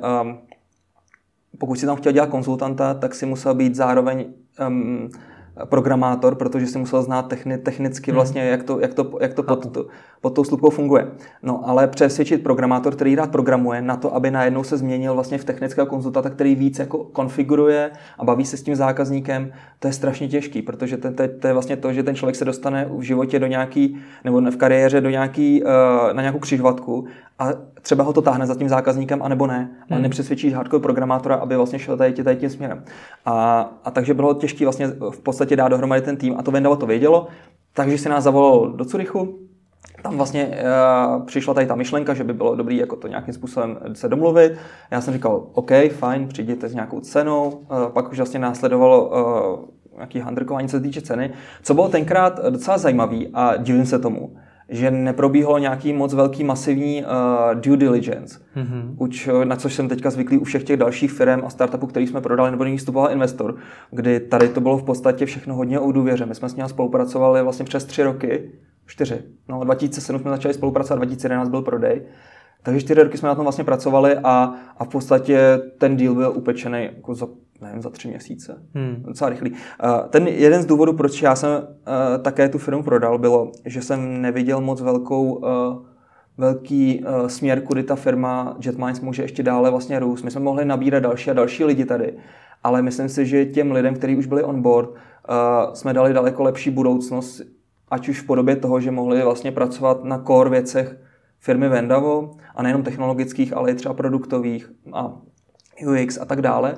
pokud si tam chtěl dělat konzultanta, tak si musel být zároveň programátor, protože si musel znát technicky vlastně, jak to pod tou slupkou funguje. No, ale přesvědčit programátor, který rád programuje, na to, aby najednou se změnil vlastně v technického konzultanta, který víc jako konfiguruje a baví se s tím zákazníkem, to je strašně těžký, protože to je vlastně to, že ten člověk se dostane v životě do nějaký, nebo v kariéře na nějakou křižovatku a třeba ho to táhne za tím zákazníkem, anebo ne. Ale nepřesvědčíš hardcore programátora, aby vlastně šel tady tím směrem. A takže bylo těžké vlastně v podstatě dát dohromady ten tým a to Vendavo to vědělo, takže si nás zavolalo do Curychu. Tam vlastně přišla tady ta myšlenka, že by bylo dobré jako to nějakým způsobem se domluvit. Já jsem říkal, OK, fajn, přijděte s nějakou cenou. Pak už vlastně následovalo nějaký handrkování, co se týče ceny. Co bylo tenkrát docela zajímavý a divím se tomu, že neprobíhalo nějaký moc velký masivní due diligence. Na což jsem teďka zvyklý u všech těch dalších firm a startupů, který jsme prodali, nebo do nich vstupoval investor, kdy tady to bylo v podstatě všechno hodně o důvěře. My jsme s ním spolupracovali vlastně přes 3 roky, 4. No, 2007 jsme začali spolupracovat, 2011 byl prodej. Takže 4 roky jsme na tom vlastně pracovali a v podstatě ten deal byl upečený jako za 3 měsíce. Docela rychlý. Ten jeden z důvodů, proč já jsem také tu firmu prodal, bylo, že jsem neviděl moc velkou směr, kudy ta firma Jetminds může ještě dále vlastně růst. My jsme mohli nabírat další a další lidi tady, ale myslím si, že těm lidem, kteří už byli on board, jsme dali daleko lepší budoucnost, ať už v podobě toho, že mohli vlastně pracovat na core věcech firmy Vendavo a nejenom technologických, ale i třeba produktových a UX a tak dále.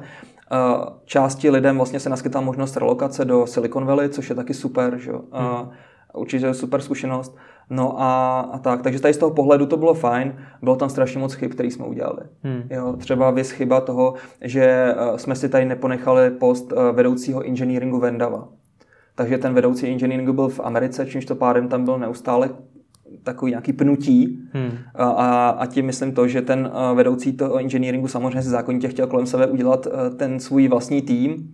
Části lidem vlastně se naskytla možnost relokace do Silicon Valley, což je taky super, že? Určitě je super zkušenost. No a tak, takže tady z toho pohledu to bylo fajn, bylo tam strašně moc chyb, který jsme udělali. Jo, třeba chyba toho, že jsme si tady neponechali post vedoucího engineeringu Vendava. Takže ten vedoucí engineeringu byl v Americe, čímž to pádem tam byl neustále takový nějaký pnutí a tím myslím to, že ten vedoucí toho engineeringu samozřejmě se zákonitě chtěl kolem sebe udělat ten svůj vlastní tým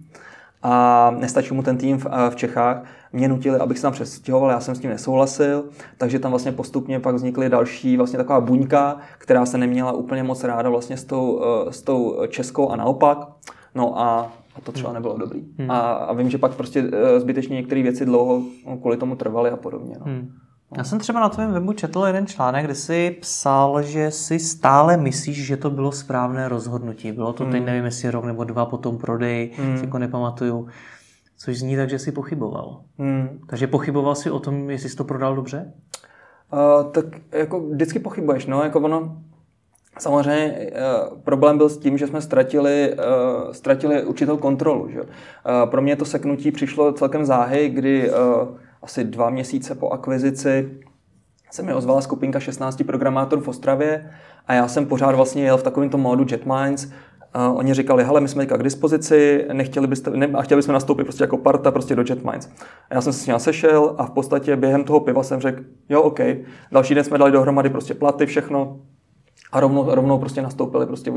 a nestačil mu ten tým v Čechách. Mě nutili, abych se tam přestěhoval, já jsem s tím nesouhlasil, takže tam vlastně postupně pak vznikly další vlastně taková buňka, která se neměla úplně moc ráda vlastně s tou českou a naopak. No a to třeba nebylo dobrý. A vím, že pak prostě zbytečně některé věci dlouho kvůli tomu trvaly a podobně. No. Já jsem třeba na tvém webu četl jeden článek, kde jsi psal, že si stále myslíš, že to bylo správné rozhodnutí. Bylo to teď, nevím, jestli rok nebo 2 po tom prodeji, si jako nepamatuju. Což zní tak, že jsi pochyboval. Takže pochyboval jsi o tom, jestli jsi to prodal dobře? Tak jako vždycky pochybuješ, no, jako ono. Samozřejmě problém byl s tím, že jsme ztratili určitou kontrolu. Že? Pro mě to seknutí přišlo celkem záhy, kdy asi 2 měsíce po akvizici se mi ozvala skupinka 16 programátorů v Ostravě a já jsem pořád vlastně jel v takovémto módu Jetminds. Oni říkali, hele, my jsme teďka k dispozici, a chtěli jsme nastoupit prostě jako parta prostě do Jetminds. A já jsem se s ním sešel a v podstatě během toho piva jsem řekl, jo, OK. Další den jsme dali dohromady prostě platy, všechno. A rovnou prostě nastoupili prostě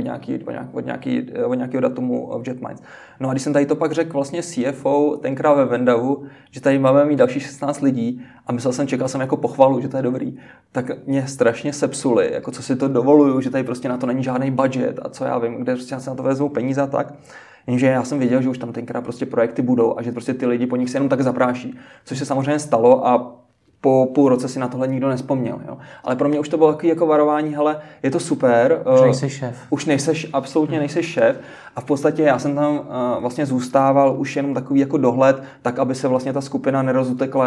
od nějakého datumu v Jetminds. No a když jsem tady to pak řekl vlastně CFO tenkrát ve Vendavu, že tady máme mít další 16 lidí a čekal jsem jako pochvalu, že to je dobrý, tak mě strašně sepsuli, jako co si to dovoluju, že tady prostě na to není žádný budget a co já vím, kde prostě se na to vezmou peníze a tak. Jenže já jsem věděl, že už tam tenkrát prostě projekty budou a že prostě ty lidi po nich se jenom tak zapráší, což se samozřejmě stalo a po půl roce si na tohle nikdo nespomněl. Jo. Ale pro mě už to bylo takový jako varování, hele, je to super. Už nejseš šéf. Už absolutně nejseš šéf. A v podstatě já jsem tam vlastně zůstával už jenom takový jako dohled, tak aby se vlastně ta skupina nerozutekla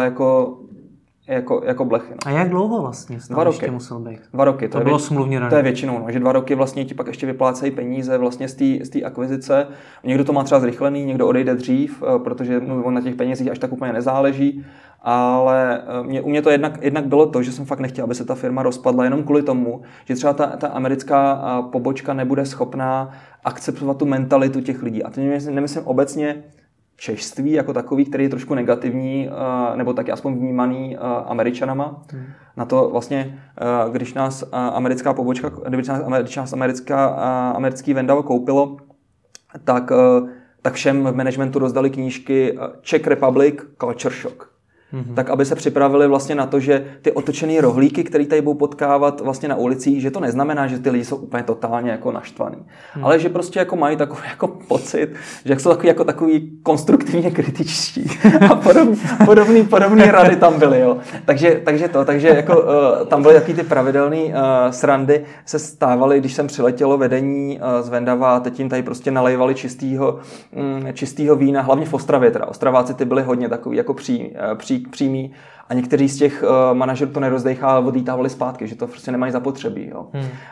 jako blechy. No. A jak dlouho vlastně? 2 roky. Musel být? 2 roky. To bylo smluvně dané. To je většinou, no, že 2 roky vlastně ti pak ještě vyplácejí peníze vlastně z té akvizice. Někdo to má třeba zrychlený, někdo odejde dřív, protože na těch penězích až tak úplně nezáleží. Ale u mě to jednak bylo to, že jsem fakt nechtěl, aby se ta firma rozpadla jenom kvůli tomu, že třeba ta americká pobočka nebude schopná akceptovat tu mentalitu těch lidí. A to nemyslím obecně češství jako takový, který je trošku negativní, nebo taky aspoň vnímaný Američanama. Na to vlastně, když nás americká pobočka, když nás americký Vendavo koupilo, tak všem v managementu rozdali knížky Czech Republic Culture Shock. Tak aby se připravili vlastně na to, že ty otočený rohlíky, který tady budou potkávat vlastně na ulicích, že to neznamená, že ty lidi jsou úplně totálně jako naštvaný. Ale že prostě jako mají takový jako pocit, že jsou takový konstruktivně kritičtí a podobný rady tam byly, jo. Takže jako tam byly takový ty pravidelný srandy se stávaly, když jsem přiletělo vedení z Vendava a teď jim tady prostě nalejvali čistýho vína, hlavně v Ostravě teda. Ostraváci ty byli hodně takový jako přímý a někteří z těch manažerů to nerozdejchali a odlítávali zpátky, že to prostě nemají zapotřebí. Jo.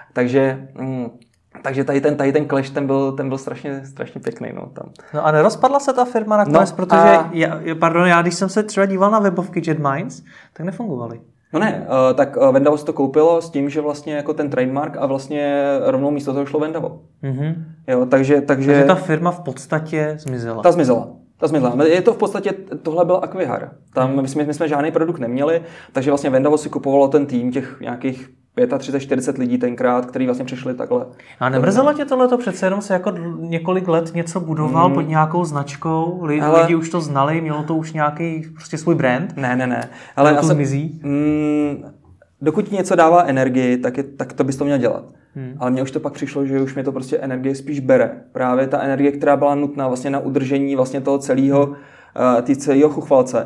Takže tady ten clash, ten byl strašně pěkný. No, tam. No a nerozpadla se ta firma nakonec, protože já když jsem se třeba díval na webovky Jetminds, tak nefungovaly. No ne, tak Vendavo se to koupilo s tím, že vlastně jako ten trademark a vlastně rovnou místo toho šlo Vendavo. Jo, takže ta firma v podstatě zmizela. Ta zmizela. Je to v podstatě, tohle byl Acquihar. Tam my jsme žádný produkt neměli, takže vlastně Vendavo si kupovalo ten tým těch nějakých 35-40 lidí tenkrát, který vlastně přišli takhle. A nemrzelo tě tohleto? Přece jenom se jako několik let něco budoval pod nějakou značkou, lidi už to znali, mělo to už nějaký prostě svůj brand? Ne. Ale to zmizí? Dokud ti něco dává energii, tak to bys to měl dělat. Ale mně už to pak přišlo, že už mě to prostě energie spíš bere. Právě ta energie, která byla nutná vlastně na udržení vlastně toho celého chuchvalce.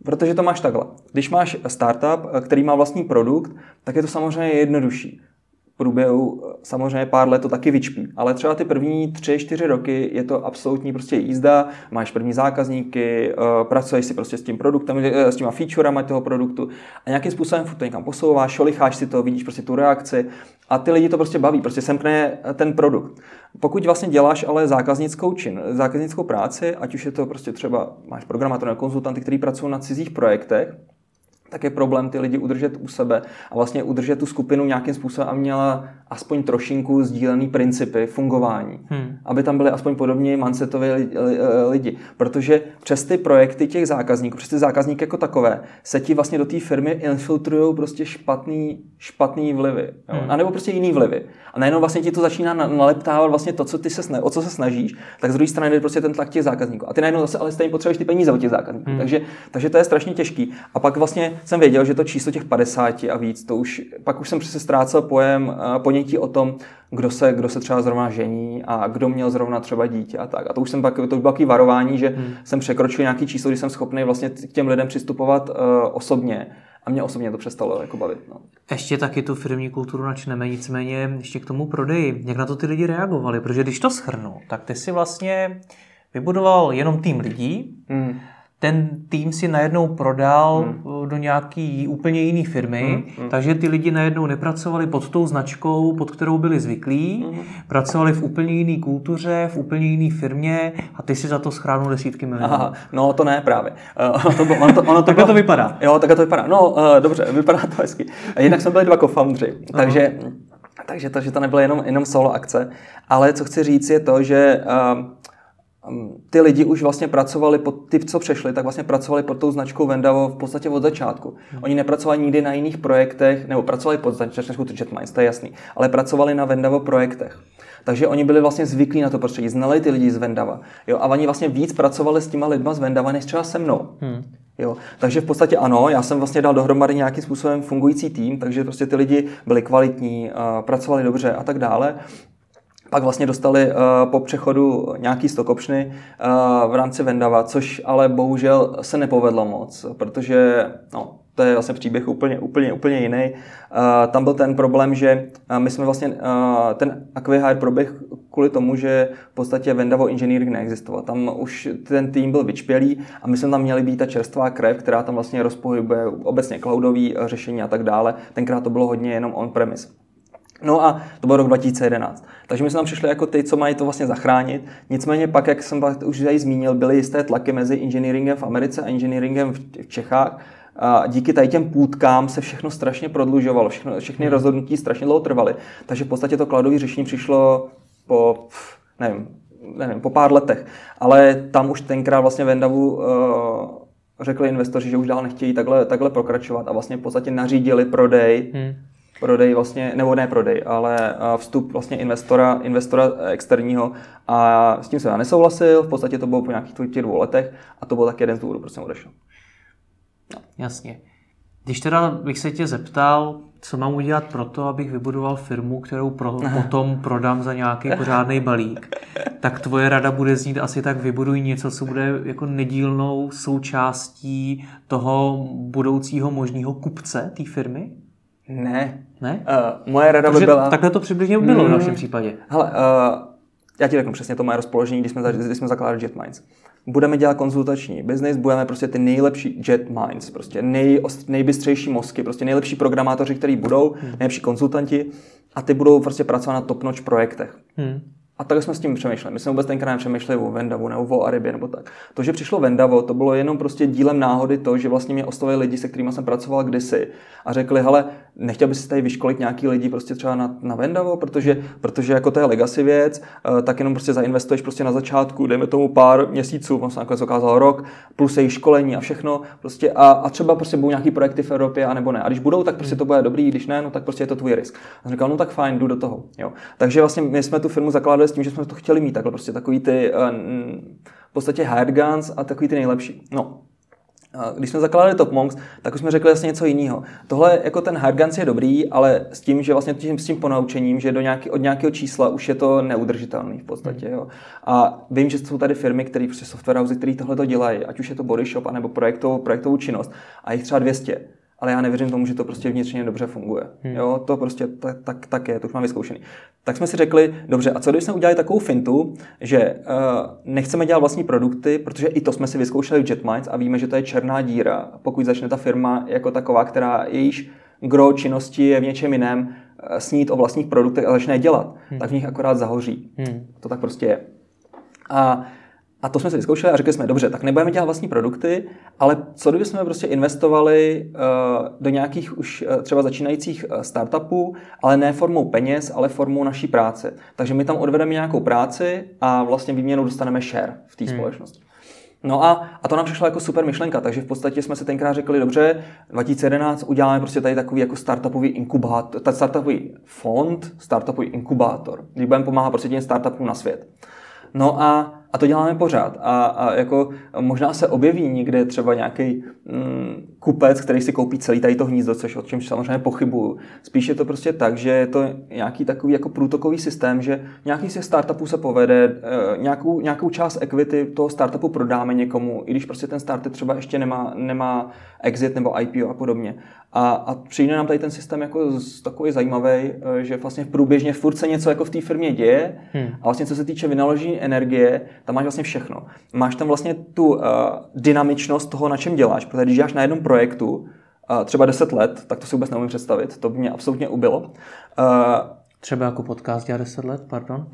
Protože to máš takhle. Když máš startup, který má vlastní produkt, tak je to samozřejmě jednodušší. V průběhu samozřejmě pár let to taky vyčpí, ale třeba ty první 3-4 roky je to absolutní prostě jízda, máš první zákazníky, pracuješ si prostě s tím produktem, s těma featurama toho produktu a nějakým způsobem to někam posouváš, šolicháš si to, vidíš prostě tu reakci a ty lidi to prostě baví, prostě semkne ten produkt. Pokud vlastně děláš ale zákaznickou práci, ať už je to prostě třeba máš programátory nebo konzultanty, kteří pracují na cizích projektech, tak je problém ty lidi udržet u sebe a vlastně udržet tu skupinu nějakým způsobem, aby měla aspoň trošinku sdílený principy fungování. Aby tam byly aspoň podobně mindsetové lidi. Protože přes ty projekty těch zákazníků, přes ty zákazníky jako takové, se ti vlastně do té firmy infiltrujou prostě špatný vlivy. A nebo prostě jiný vlivy. A najednou vlastně ti to začíná naleptávat vlastně to, o co se snažíš, tak z druhé strany jde prostě ten tlak těch zákazníků. A ty najednou zase ale stejně potřebuješ ty peníze od těch zákazníků. Takže to je strašně těžký. A pak vlastně jsem věděl, že to číslo těch 50 a víc, pak už jsem přesně ztrácel ponětí o tom, kdo se třeba zrovna žení a kdo měl zrovna třeba dítě a tak. A to už bylo takové varování, že jsem překročil nějaký číslo, kdy jsem schopný vlastně k těm lidem přistupovat osobně. A mě osobně to přestalo jako bavit. No. Ještě taky tu firmní kulturu načneme, nicméně ještě k tomu prodeji. Jak na to ty lidi reagovali? Protože když to shrnu, tak ty si vlastně vybudoval jenom tým lidí, ten tým si najednou prodal do nějaký úplně jiný firmy, takže ty lidi najednou nepracovali pod tou značkou, pod kterou byli zvyklí, pracovali v úplně jiný kultuře, v úplně jiný firmě a ty si za to schránul desítky milionů. Aha, no to ne právě. Takhle to vypadá. Jo, takhle to vypadá. No, dobře, vypadá to hezky. Jinak jsme byli 2 co-foundři, takže to nebylo jenom solo akce, ale co chci říct je to, že ty lidi už vlastně pracovali, ty, co přešli, tak vlastně pracovali pod tou značkou Vendavo v podstatě od začátku. Oni nepracovali nikdy na jiných projektech, nebo pracovali pod značkou JetMinds, to je jasný, ale pracovali na Vendavo projektech. Takže oni byli vlastně zvyklí na to prostředí, znali ty lidi z Vendava. Jo, a oni vlastně víc pracovali s těma lidma z Vendava, než třeba se mnou. Jo, takže v podstatě ano, já jsem vlastně dal dohromady nějakým způsobem fungující tým, takže prostě ty lidi byli kvalitní, pracovali dobře a tak dále. Pak vlastně dostali po přechodu nějaký stock optiony v rámci Vendava, což ale bohužel se nepovedlo moc, protože to je vlastně příběh úplně jiný. Tam byl ten problém, že my jsme vlastně ten acqui-hire proběh kvůli tomu, že v podstatě Vendavo Engineering neexistoval. Tam už ten tým byl vyčpělý a my jsme tam měli být ta čerstvá krev, která tam vlastně rozpohybuje obecně cloudový řešení a tak dále. Tenkrát to bylo hodně jenom on-premise. No a to byl rok 2011. Takže my jsme tam přišli jako ty, co mají to vlastně zachránit. Nicméně pak, jak jsem už tady zmínil, byly jisté tlaky mezi engineeringem v Americe a engineeringem v Čechách. A díky tady těm půtkám se všechno strašně prodlužovalo, všechny rozhodnutí strašně dlouho trvaly. Takže v podstatě to cloudové řešení přišlo po pár letech. Ale tam už tenkrát vlastně Vendavu řekli investoři, že už dál nechtějí takhle pokračovat a vlastně v podstatě nařídili prodej vlastně, nebo ne prodej, ale vstup vlastně investora externího a s tím jsem já nesouhlasil, v podstatě to bylo po nějakých 2 letech a to byl tak jeden z důvodů, proč jsem odešel. No. Jasně. Když teda bych se tě zeptal, co mám udělat pro to, abych vybudoval firmu, kterou potom prodám za nějaký pořádný balík, tak tvoje rada bude znít asi tak: vybuduj něco, co bude jako nedílnou součástí toho budoucího možného kupce té firmy? Ne? Moje rada by byla... Takhle to přibližně bylo v našem případě. Hele, já ti řeknu přesně to moje rozpoložení, když jsme zakládali JetMinds. Budeme dělat konzultační biznis, budeme prostě ty nejlepší JetMinds, prostě nejbystřejší mozky, prostě nejlepší programátoři, kteří budou, nejlepší konzultanti a ty budou prostě pracovat na top-notch projektech. A tak jsme s tím přemýšleli. My jsme vůbec tenkrát nepřemýšleli o Vendavu nebo o Aribě nebo tak. To, že přišlo Vendavo, to bylo jenom prostě dílem náhody to, že vlastně mě oslovili lidi, se kterými jsem pracoval kdysi a řekli: hele, nechtěl bys si tady vyškolit nějaký lidi prostě třeba na Vendavo, protože jako to je legacy věc, tak jenom prostě zainvestuješ prostě na začátku, dejme tomu pár měsíců, on se nakonec ukázal rok, plus jejich školení a všechno prostě a třeba prostě budou nějaký projekty v Evropě a nebo ne. A když budou, tak prostě to bude dobrý, když ne, no tak prostě je to tvůj risk. A jsem říkal: no tak fajn, jdu do toho. Jo. Takže vlastně my jsme tu firmu zakládali s tím, že jsme to chtěli mít takhle prostě takový ty v podstatě hired guns a takový ty nejlepší. No. když jsme zakládali TopMonks, tak už jsme řekli vlastně něco jiného. Tohle jako ten Hardguns je dobrý, ale s tím, že vlastně s tím ponaučením, že od nějakého čísla už je to neudržitelný v podstatě. Jo. A vím, že jsou tady firmy, které prostě software housey, které tohle to dělají, ať už je to Body Shop, anebo projektovou činnost, a jich třeba 200. Ale já nevěřím tomu, že to prostě vnitřně dobře funguje. Jo, to prostě tak je, to už mám vyzkoušený. Tak jsme si řekli, dobře, a co když jsme udělali takovou fintu, že nechceme dělat vlastní produkty, protože i to jsme si vyzkoušeli v JetMinds a víme, že to je černá díra, pokud začne ta firma jako taková, která jejíž gro činnosti je v něčem jiném, snít o vlastních produktech a začne je dělat, tak v nich akorát zahoří. To tak prostě je. A to jsme si vyzkoušeli a řekli jsme, dobře, tak nebudeme dělat vlastní produkty, ale co kdyby jsme prostě investovali do nějakých už třeba začínajících startupů, ale ne formou peněz, ale formou naší práce. Takže my tam odvedeme nějakou práci a vlastně výměnou dostaneme share v té společnosti. No a to nám přišla jako super myšlenka, takže v podstatě jsme si tenkrát řekli, dobře, 2011 uděláme prostě tady takový jako startupový inkubátor, startupový fond, startupový inkubátor, kdy budeme pomáhat prostě těm startupům na svět. No a to děláme pořád. A jako možná se objeví někde třeba nějaký kupec, který si koupí celý tady to hnízdo, což o čem samozřejmě pochybuju. Spíš je to prostě tak, že je to nějaký takový jako průtokový systém, že nějaký z startupů se povede, nějakou část equity toho startupu prodáme někomu, i když prostě ten startup třeba ještě nemá exit nebo IPO a podobně. A přijde nám tady ten systém jako takový zajímavý, že vlastně průběžně furt se něco jako v té firmě děje a vlastně co se týče vynaložení energie, tam máš vlastně všechno. Máš tam vlastně tu dynamičnost toho, na čem děláš, protože když děláš na jednom projektu třeba 10 let, tak to si vůbec neumím představit, to by mě absolutně ubilo. Třeba jako podcast dělá 10 let, pardon?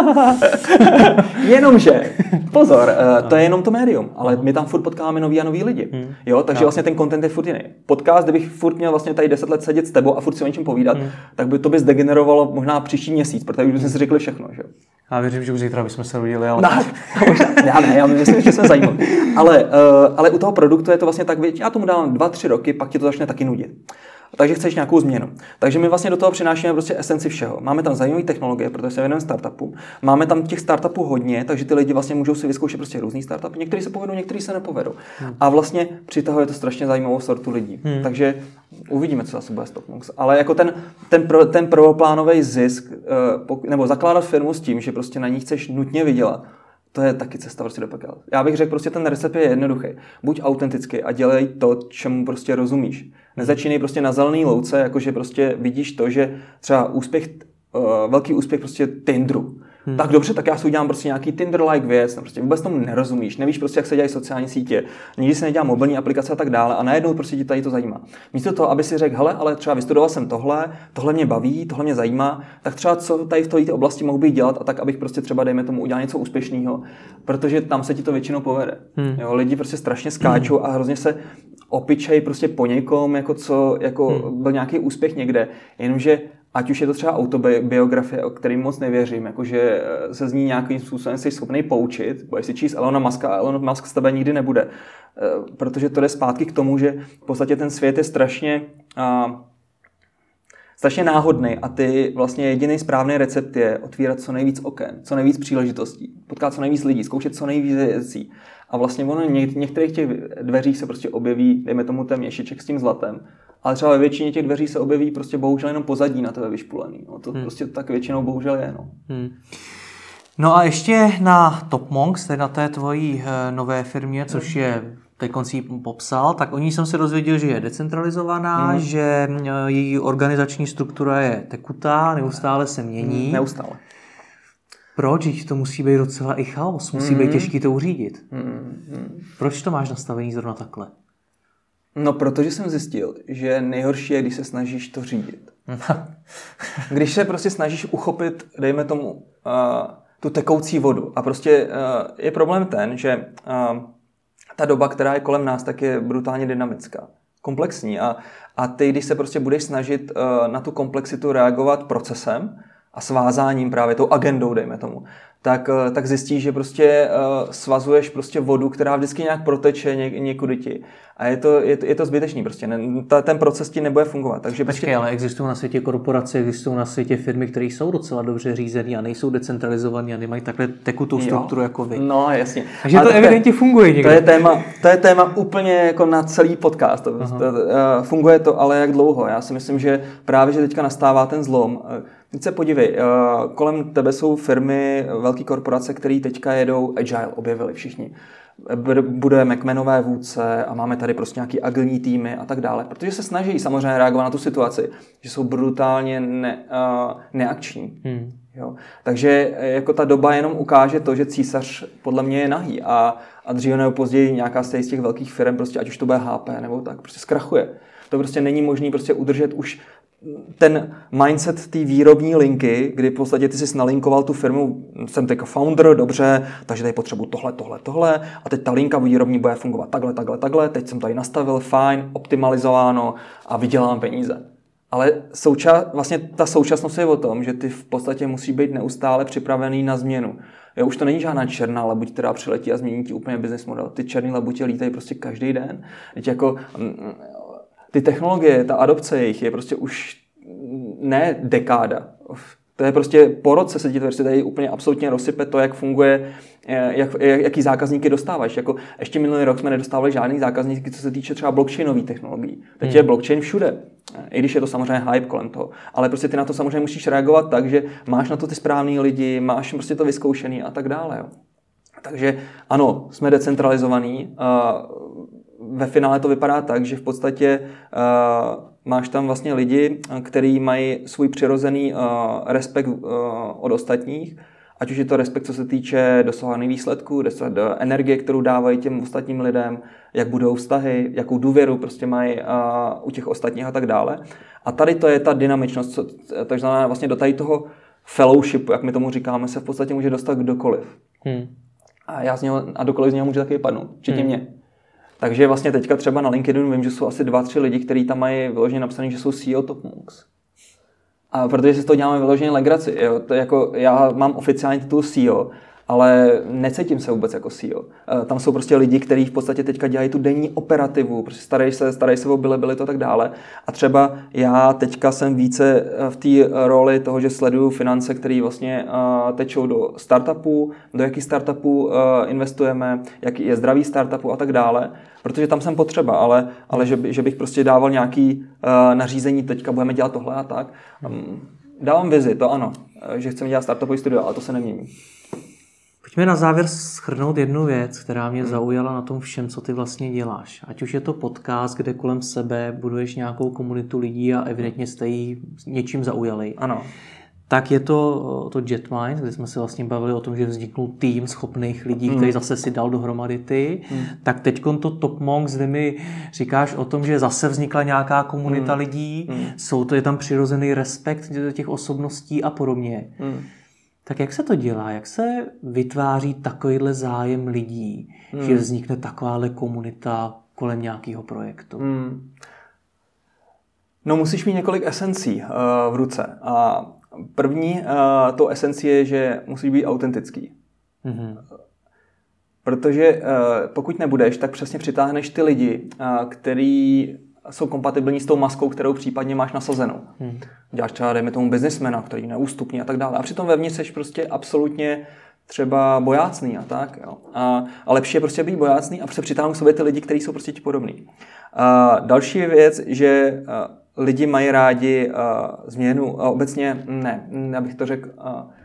Jenomže, pozor, to je jenom to médium, ale my tam furt potkáváme nový a nový lidi. Jo, takže vlastně ten content je furt jiný. Podcast, kdybych furt měl vlastně tady 10 let sedět s tebou a furt si o něčem povídat, tak by to by zdegenerovalo možná příští měsíc, protože už bychom si řekli všechno. Že? Já věřím, že už zítra bychom se rodili, ale... Já myslím, že jsme zajímaví. Ale u toho produktu je to vlastně tak, já tomu dám 2-3 roky, pak ti to začne taky nudit. Takže chceš nějakou změnu. Takže my vlastně do toho přinášíme prostě esenci všeho. Máme tam zajímavé technologie, protože se věnujeme startupům. Máme tam těch startupů hodně, takže ty lidi vlastně můžou si vyzkoušet prostě různý startupy. Některý se povedou, některý se nepovedou. A vlastně přitahuje to strašně zajímavou sortu lidí. Takže uvidíme, co zase bude s TopMonks. Ale jako ten prvoplánový zisk, nebo zakládat firmu s tím, že prostě na ní chceš nutně vydělat, to je taky cesta prostě do pekel. Já bych řekl, prostě ten recept je jednoduchý. Buď autentický a dělej to, čemu prostě rozumíš. Nezačínej prostě na zelený louce, jakože prostě vidíš to, že třeba velký úspěch prostě Tinderu. Tak dobře, tak já si udělám prostě nějaký Tinder-like věc, prostě vůbec tomu nerozumíš, nevíš prostě, jak se dělají sociální sítě, nikdy se nedělá mobilní aplikace a tak dále a najednou prostě ti tady to zajímá. Místo toho, aby si řekl, hele, ale třeba vystudoval jsem tohle mě baví, tohle mě zajímá, tak třeba co tady v této oblasti mohu být dělat a tak, abych prostě třeba, dejme tomu, udělal něco úspěšného, protože tam se ti to většinou povede. Jo, lidi prostě strašně skáčou a hrozně se opičej prostě po někom, jako byl nějaký úspěch někde, jenomže ať už je to třeba autobiografie, o kterým moc nevěřím, jakože se z ní nějakým způsobem jsi schopný poučit, budeš si číst Elona Muska a Elon Musk z tebe nikdy nebude. Protože to jde zpátky k tomu, že v podstatě ten svět je strašně náhodný a ty vlastně jediný správný recept je otvírat co nejvíc oken, co nejvíc příležitostí, potkat co nejvíc lidí, zkoušet co nejvíc věcí. A vlastně ono některých těch dveřích se prostě objeví, dejme tomu ten měšíček s tím zlatem, ale třeba ve většině těch dveří se objeví prostě bohužel jenom pozadí na tebe vyšpulený. No, to prostě tak většinou bohužel je. No. No a ještě na TopMonks, tedy na té tvojí nové firmě, což je, teď konci popsal, tak o ní jsem se dozvěděl, že je decentralizovaná, že její organizační struktura je tekutá, neustále se mění. Neustále. Proč? To musí být docela i chaos, musí být těžký to uřídit. Proč to máš nastavený zrovna takhle? No, protože jsem zjistil, že nejhorší je, když se snažíš to řídit. Když se prostě snažíš uchopit, dejme tomu, tu tekoucí vodu. A prostě je problém ten, že ta doba, která je kolem nás, tak je brutálně dynamická, komplexní. A ty, když se prostě budeš snažit na tu komplexitu reagovat procesem a svázáním právě tou agendou, dejme tomu, tak zjistíš, že prostě svazuješ prostě vodu, která vždycky nějak proteče někudy ti. A je to zbytečný prostě. Ten proces ti nebude fungovat. Takže Počkej, ale existují na světě korporace, existují na světě firmy, které jsou docela dobře řízené a nejsou decentralizované a nemají takhle tekutou strukturu jako vy. No, jasně. Takže to evidentně funguje někde. To je téma úplně jako na celý podcast. Funguje to, ale jak dlouho? Já si myslím, že právě, že teďka nastává ten zlom. Teď se podívej, kolem tebe jsou firmy, velké korporace, které teďka jedou Agile, objevili všichni. Budujeme kmenové vůdce a máme tady prostě nějaký agilní týmy a tak dále, protože se snaží samozřejmě reagovat na tu situaci, že jsou brutálně neakční. Jo. Takže jako ta doba jenom ukáže to, že císař podle mě je nahý a dříve nebo později nějaká z těch velkých firm, prostě, ať už to bude HP nebo tak, prostě zkrachuje. To prostě není možné prostě udržet už ten mindset té výrobní linky, kdy v podstatě ty jsi nalinkoval tu firmu, jsem teďka founder, dobře, takže tady potřebuji tohle a teď ta linka výrobní bude fungovat takhle, teď jsem tady nastavil, fajn, optimalizováno a vydělám peníze. Ale vlastně ta současnost je o tom, že ty v podstatě musí být neustále připravený na změnu. Jo, už to není žádná černá labuť, která přiletí a změní ti úplně business model. Ty černé labutě lítají prostě každý den. Teď jako ty technologie, ta adopce jejich je prostě už ne dekáda. To je prostě po roce se ti to tady úplně absolutně rozsype to, jak funguje, jaký zákazníky dostáváš. Jako ještě minulý rok jsme nedostávali žádný zákazníky, co se týče třeba blockchainových technologií. Teď je blockchain všude. I když je to samozřejmě hype kolem toho. Ale prostě ty na to samozřejmě musíš reagovat tak, že máš na to ty správný lidi, máš prostě to vyzkoušený a tak dále. Jo. Takže ano, jsme decentralizovaní. Ve finále to vypadá tak, že v podstatě máš tam vlastně lidi, kteří mají svůj přirozený respekt od ostatních, ať už je to respekt, co se týče dosahovaných výsledků, energie, kterou dávají těm ostatním lidem, jak budou vztahy, jakou důvěru prostě mají u těch ostatních a tak dále. A tady to je ta dynamičnost, takže znamená vlastně do tady toho fellowshipu, jak my tomu říkáme, se v podstatě může dostat kdokoliv. A dokoliv z něho může taky padnout, včetně mě. Takže vlastně teďka třeba na LinkedInu vím, že jsou asi 2-3 lidi, kteří tam mají vyloženě napsaný, že jsou CEO Top Monks. A protože si z toho děláme vyloženě legraci. Jo? To jako, já mám oficiální titul CEO, ale necítím se vůbec jako CEO. Tam jsou prostě lidi, kteří v podstatě teďka dělají tu denní operativu, prostě starají se o bilabilitu a tak dále. A třeba já teďka jsem více v té roli toho, že sleduju finance, které vlastně tečou do startupů, do jakých startupů investujeme, jaký je zdravý startupů a tak dále. Protože tam jsem potřeba, ale že bych prostě dával nějaký nařízení, teďka budeme dělat tohle a tak. Dávám vizi, to ano, že chceme dělat startupový studio, ale to se nemění. Pojďme na závěr shrnout jednu věc, která mě zaujala na tom všem, co ty vlastně děláš. Ať už je to podcast, kde kolem sebe buduješ nějakou komunitu lidí a evidentně jste jí něčím zaujali. Ano. Tak je to JetMind, kde jsme se vlastně bavili o tom, že vzniknul tým schopných lidí, který zase si dal dohromady ty. Tak teďkon to Top Monks, kde mi říkáš o tom, že zase vznikla nějaká komunita lidí, je tam přirozený respekt těch osobností a podobně. Tak jak se to dělá? Jak se vytváří takovýhle zájem lidí, že vznikne takováhle komunita kolem nějakého projektu? No musíš mít několik esencí v ruce. A první tou esencí je, že musíš být autentický. Protože pokud nebudeš, tak přesně přitáhneš ty lidi, který jsou kompatibilní s tou maskou, kterou případně máš nasazenou. Děláš třeba, dejme tomu, biznismena, který je neústupný a tak dále. A přitom vevnitř jsi prostě absolutně třeba bojácný a tak. Jo. A lepší je prostě být bojácný a přitáhnout k sobě ty lidi, kteří jsou prostě ti podobný. Další věc, že lidi mají rádi změnu. Obecně ne, abych to řekl.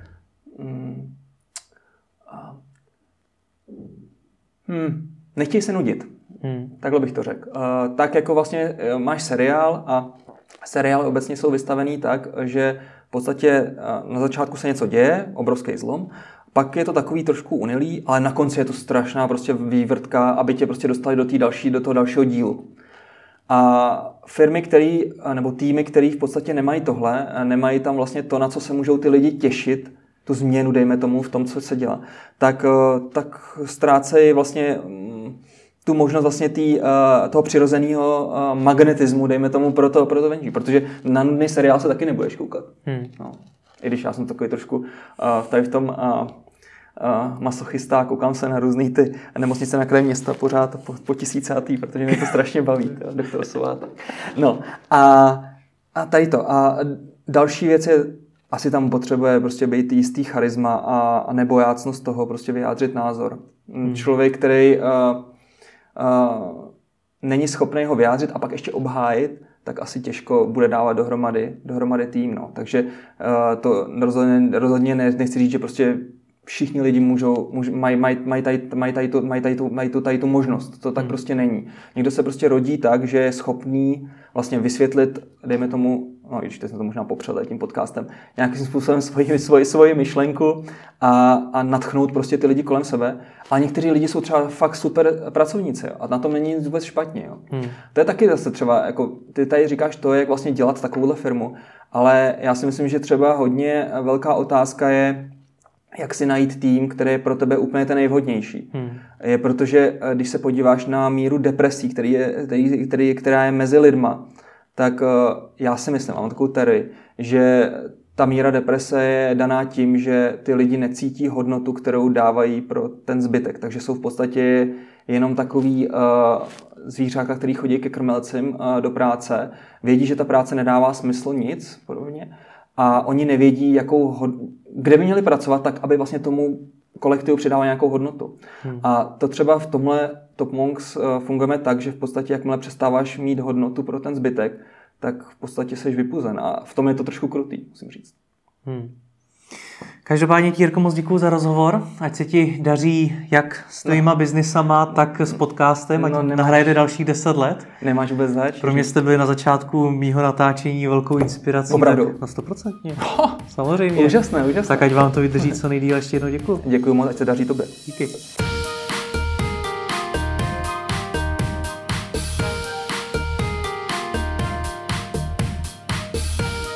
Nechtějí se nudit. Takhle bych to řekl. Tak jako vlastně máš seriál a seriály obecně jsou vystavený tak, že v podstatě na začátku se něco děje, obrovský zlom, pak je to takový trošku unilý, ale na konci je to strašná prostě vývrtka, aby tě prostě dostali do toho dalšího dílu. A firmy, nebo týmy, který v podstatě nemají tohle, nemají tam vlastně to, na co se můžou ty lidi těšit, tu změnu, dejme tomu, v tom, co se dělá, tak ztrácejí vlastně tu možnost vlastně toho přirozeného magnetismu, dejme tomu, pro to venčí. Protože na nudný seriál se taky nebudeš koukat. No. I když já jsem takový trošku tady v tom masochista, koukám se na různý ty nemocnice na kraji města pořád po 1000. protože mě to strašně baví, doktorovat. No a tady to. A další věc je, asi tam potřebuje prostě být jistý charisma a nebojácnost toho prostě vyjádřit názor. Člověk, který není schopný ho vyjádřit a pak ještě obhájit, tak asi těžko bude dávat dohromady tým. No. Takže to rozhodně nechci říct, že prostě všichni lidi mají tady tu možnost. To tak prostě není. Někdo se prostě rodí tak, že je schopný vlastně vysvětlit, dejme tomu, no když teď jsem to možná popřel tím podcastem, nějakým způsobem svoji myšlenku a nadchnout prostě ty lidi kolem sebe. A někteří lidi jsou třeba fakt super pracovníci, jo, a na tom není nic vůbec špatně. Jo. To je taky zase třeba, jako ty tady říkáš to, jak vlastně dělat takovouhle firmu, ale já si myslím, že třeba hodně velká otázka je, jak si najít tým, který je pro tebe úplně ten nejvhodnější. Je protože, když se podíváš na míru depresí, která je mezi lidma, tak já si myslím, mám takovou teorii, že ta míra deprese je daná tím, že ty lidi necítí hodnotu, kterou dávají pro ten zbytek. Takže jsou v podstatě jenom takový zvířáka, který chodí ke krmelcím do práce. Vědí, že ta práce nedává smysl nic, podobně. A oni nevědí, kde by měli pracovat, tak aby vlastně tomu kolektivu přidávali nějakou hodnotu. A to třeba v tomhle Top Monks fungujeme tak, že v podstatě jakmile přestáváš mít hodnotu pro ten zbytek, tak v podstatě jsi vypuzen. A v tom je to trošku krutý, musím říct. Každopádně ti, Jirko, moc děkuju za rozhovor. Ať se ti daří jak s tvýma biznisama, tak s podcastem. Ať nahrajete dalších 10 let. Nemáš vůbec zač. Pro mě jste byli na začátku mýho natáčení velkou inspirací. Opravdu. Na 100%. Samozřejmě. Úžasné. Tak ať vám to vydrží co nejdýle. Ještě jednou děkuju. Děkuju moc, ať se daří tobě. Díky.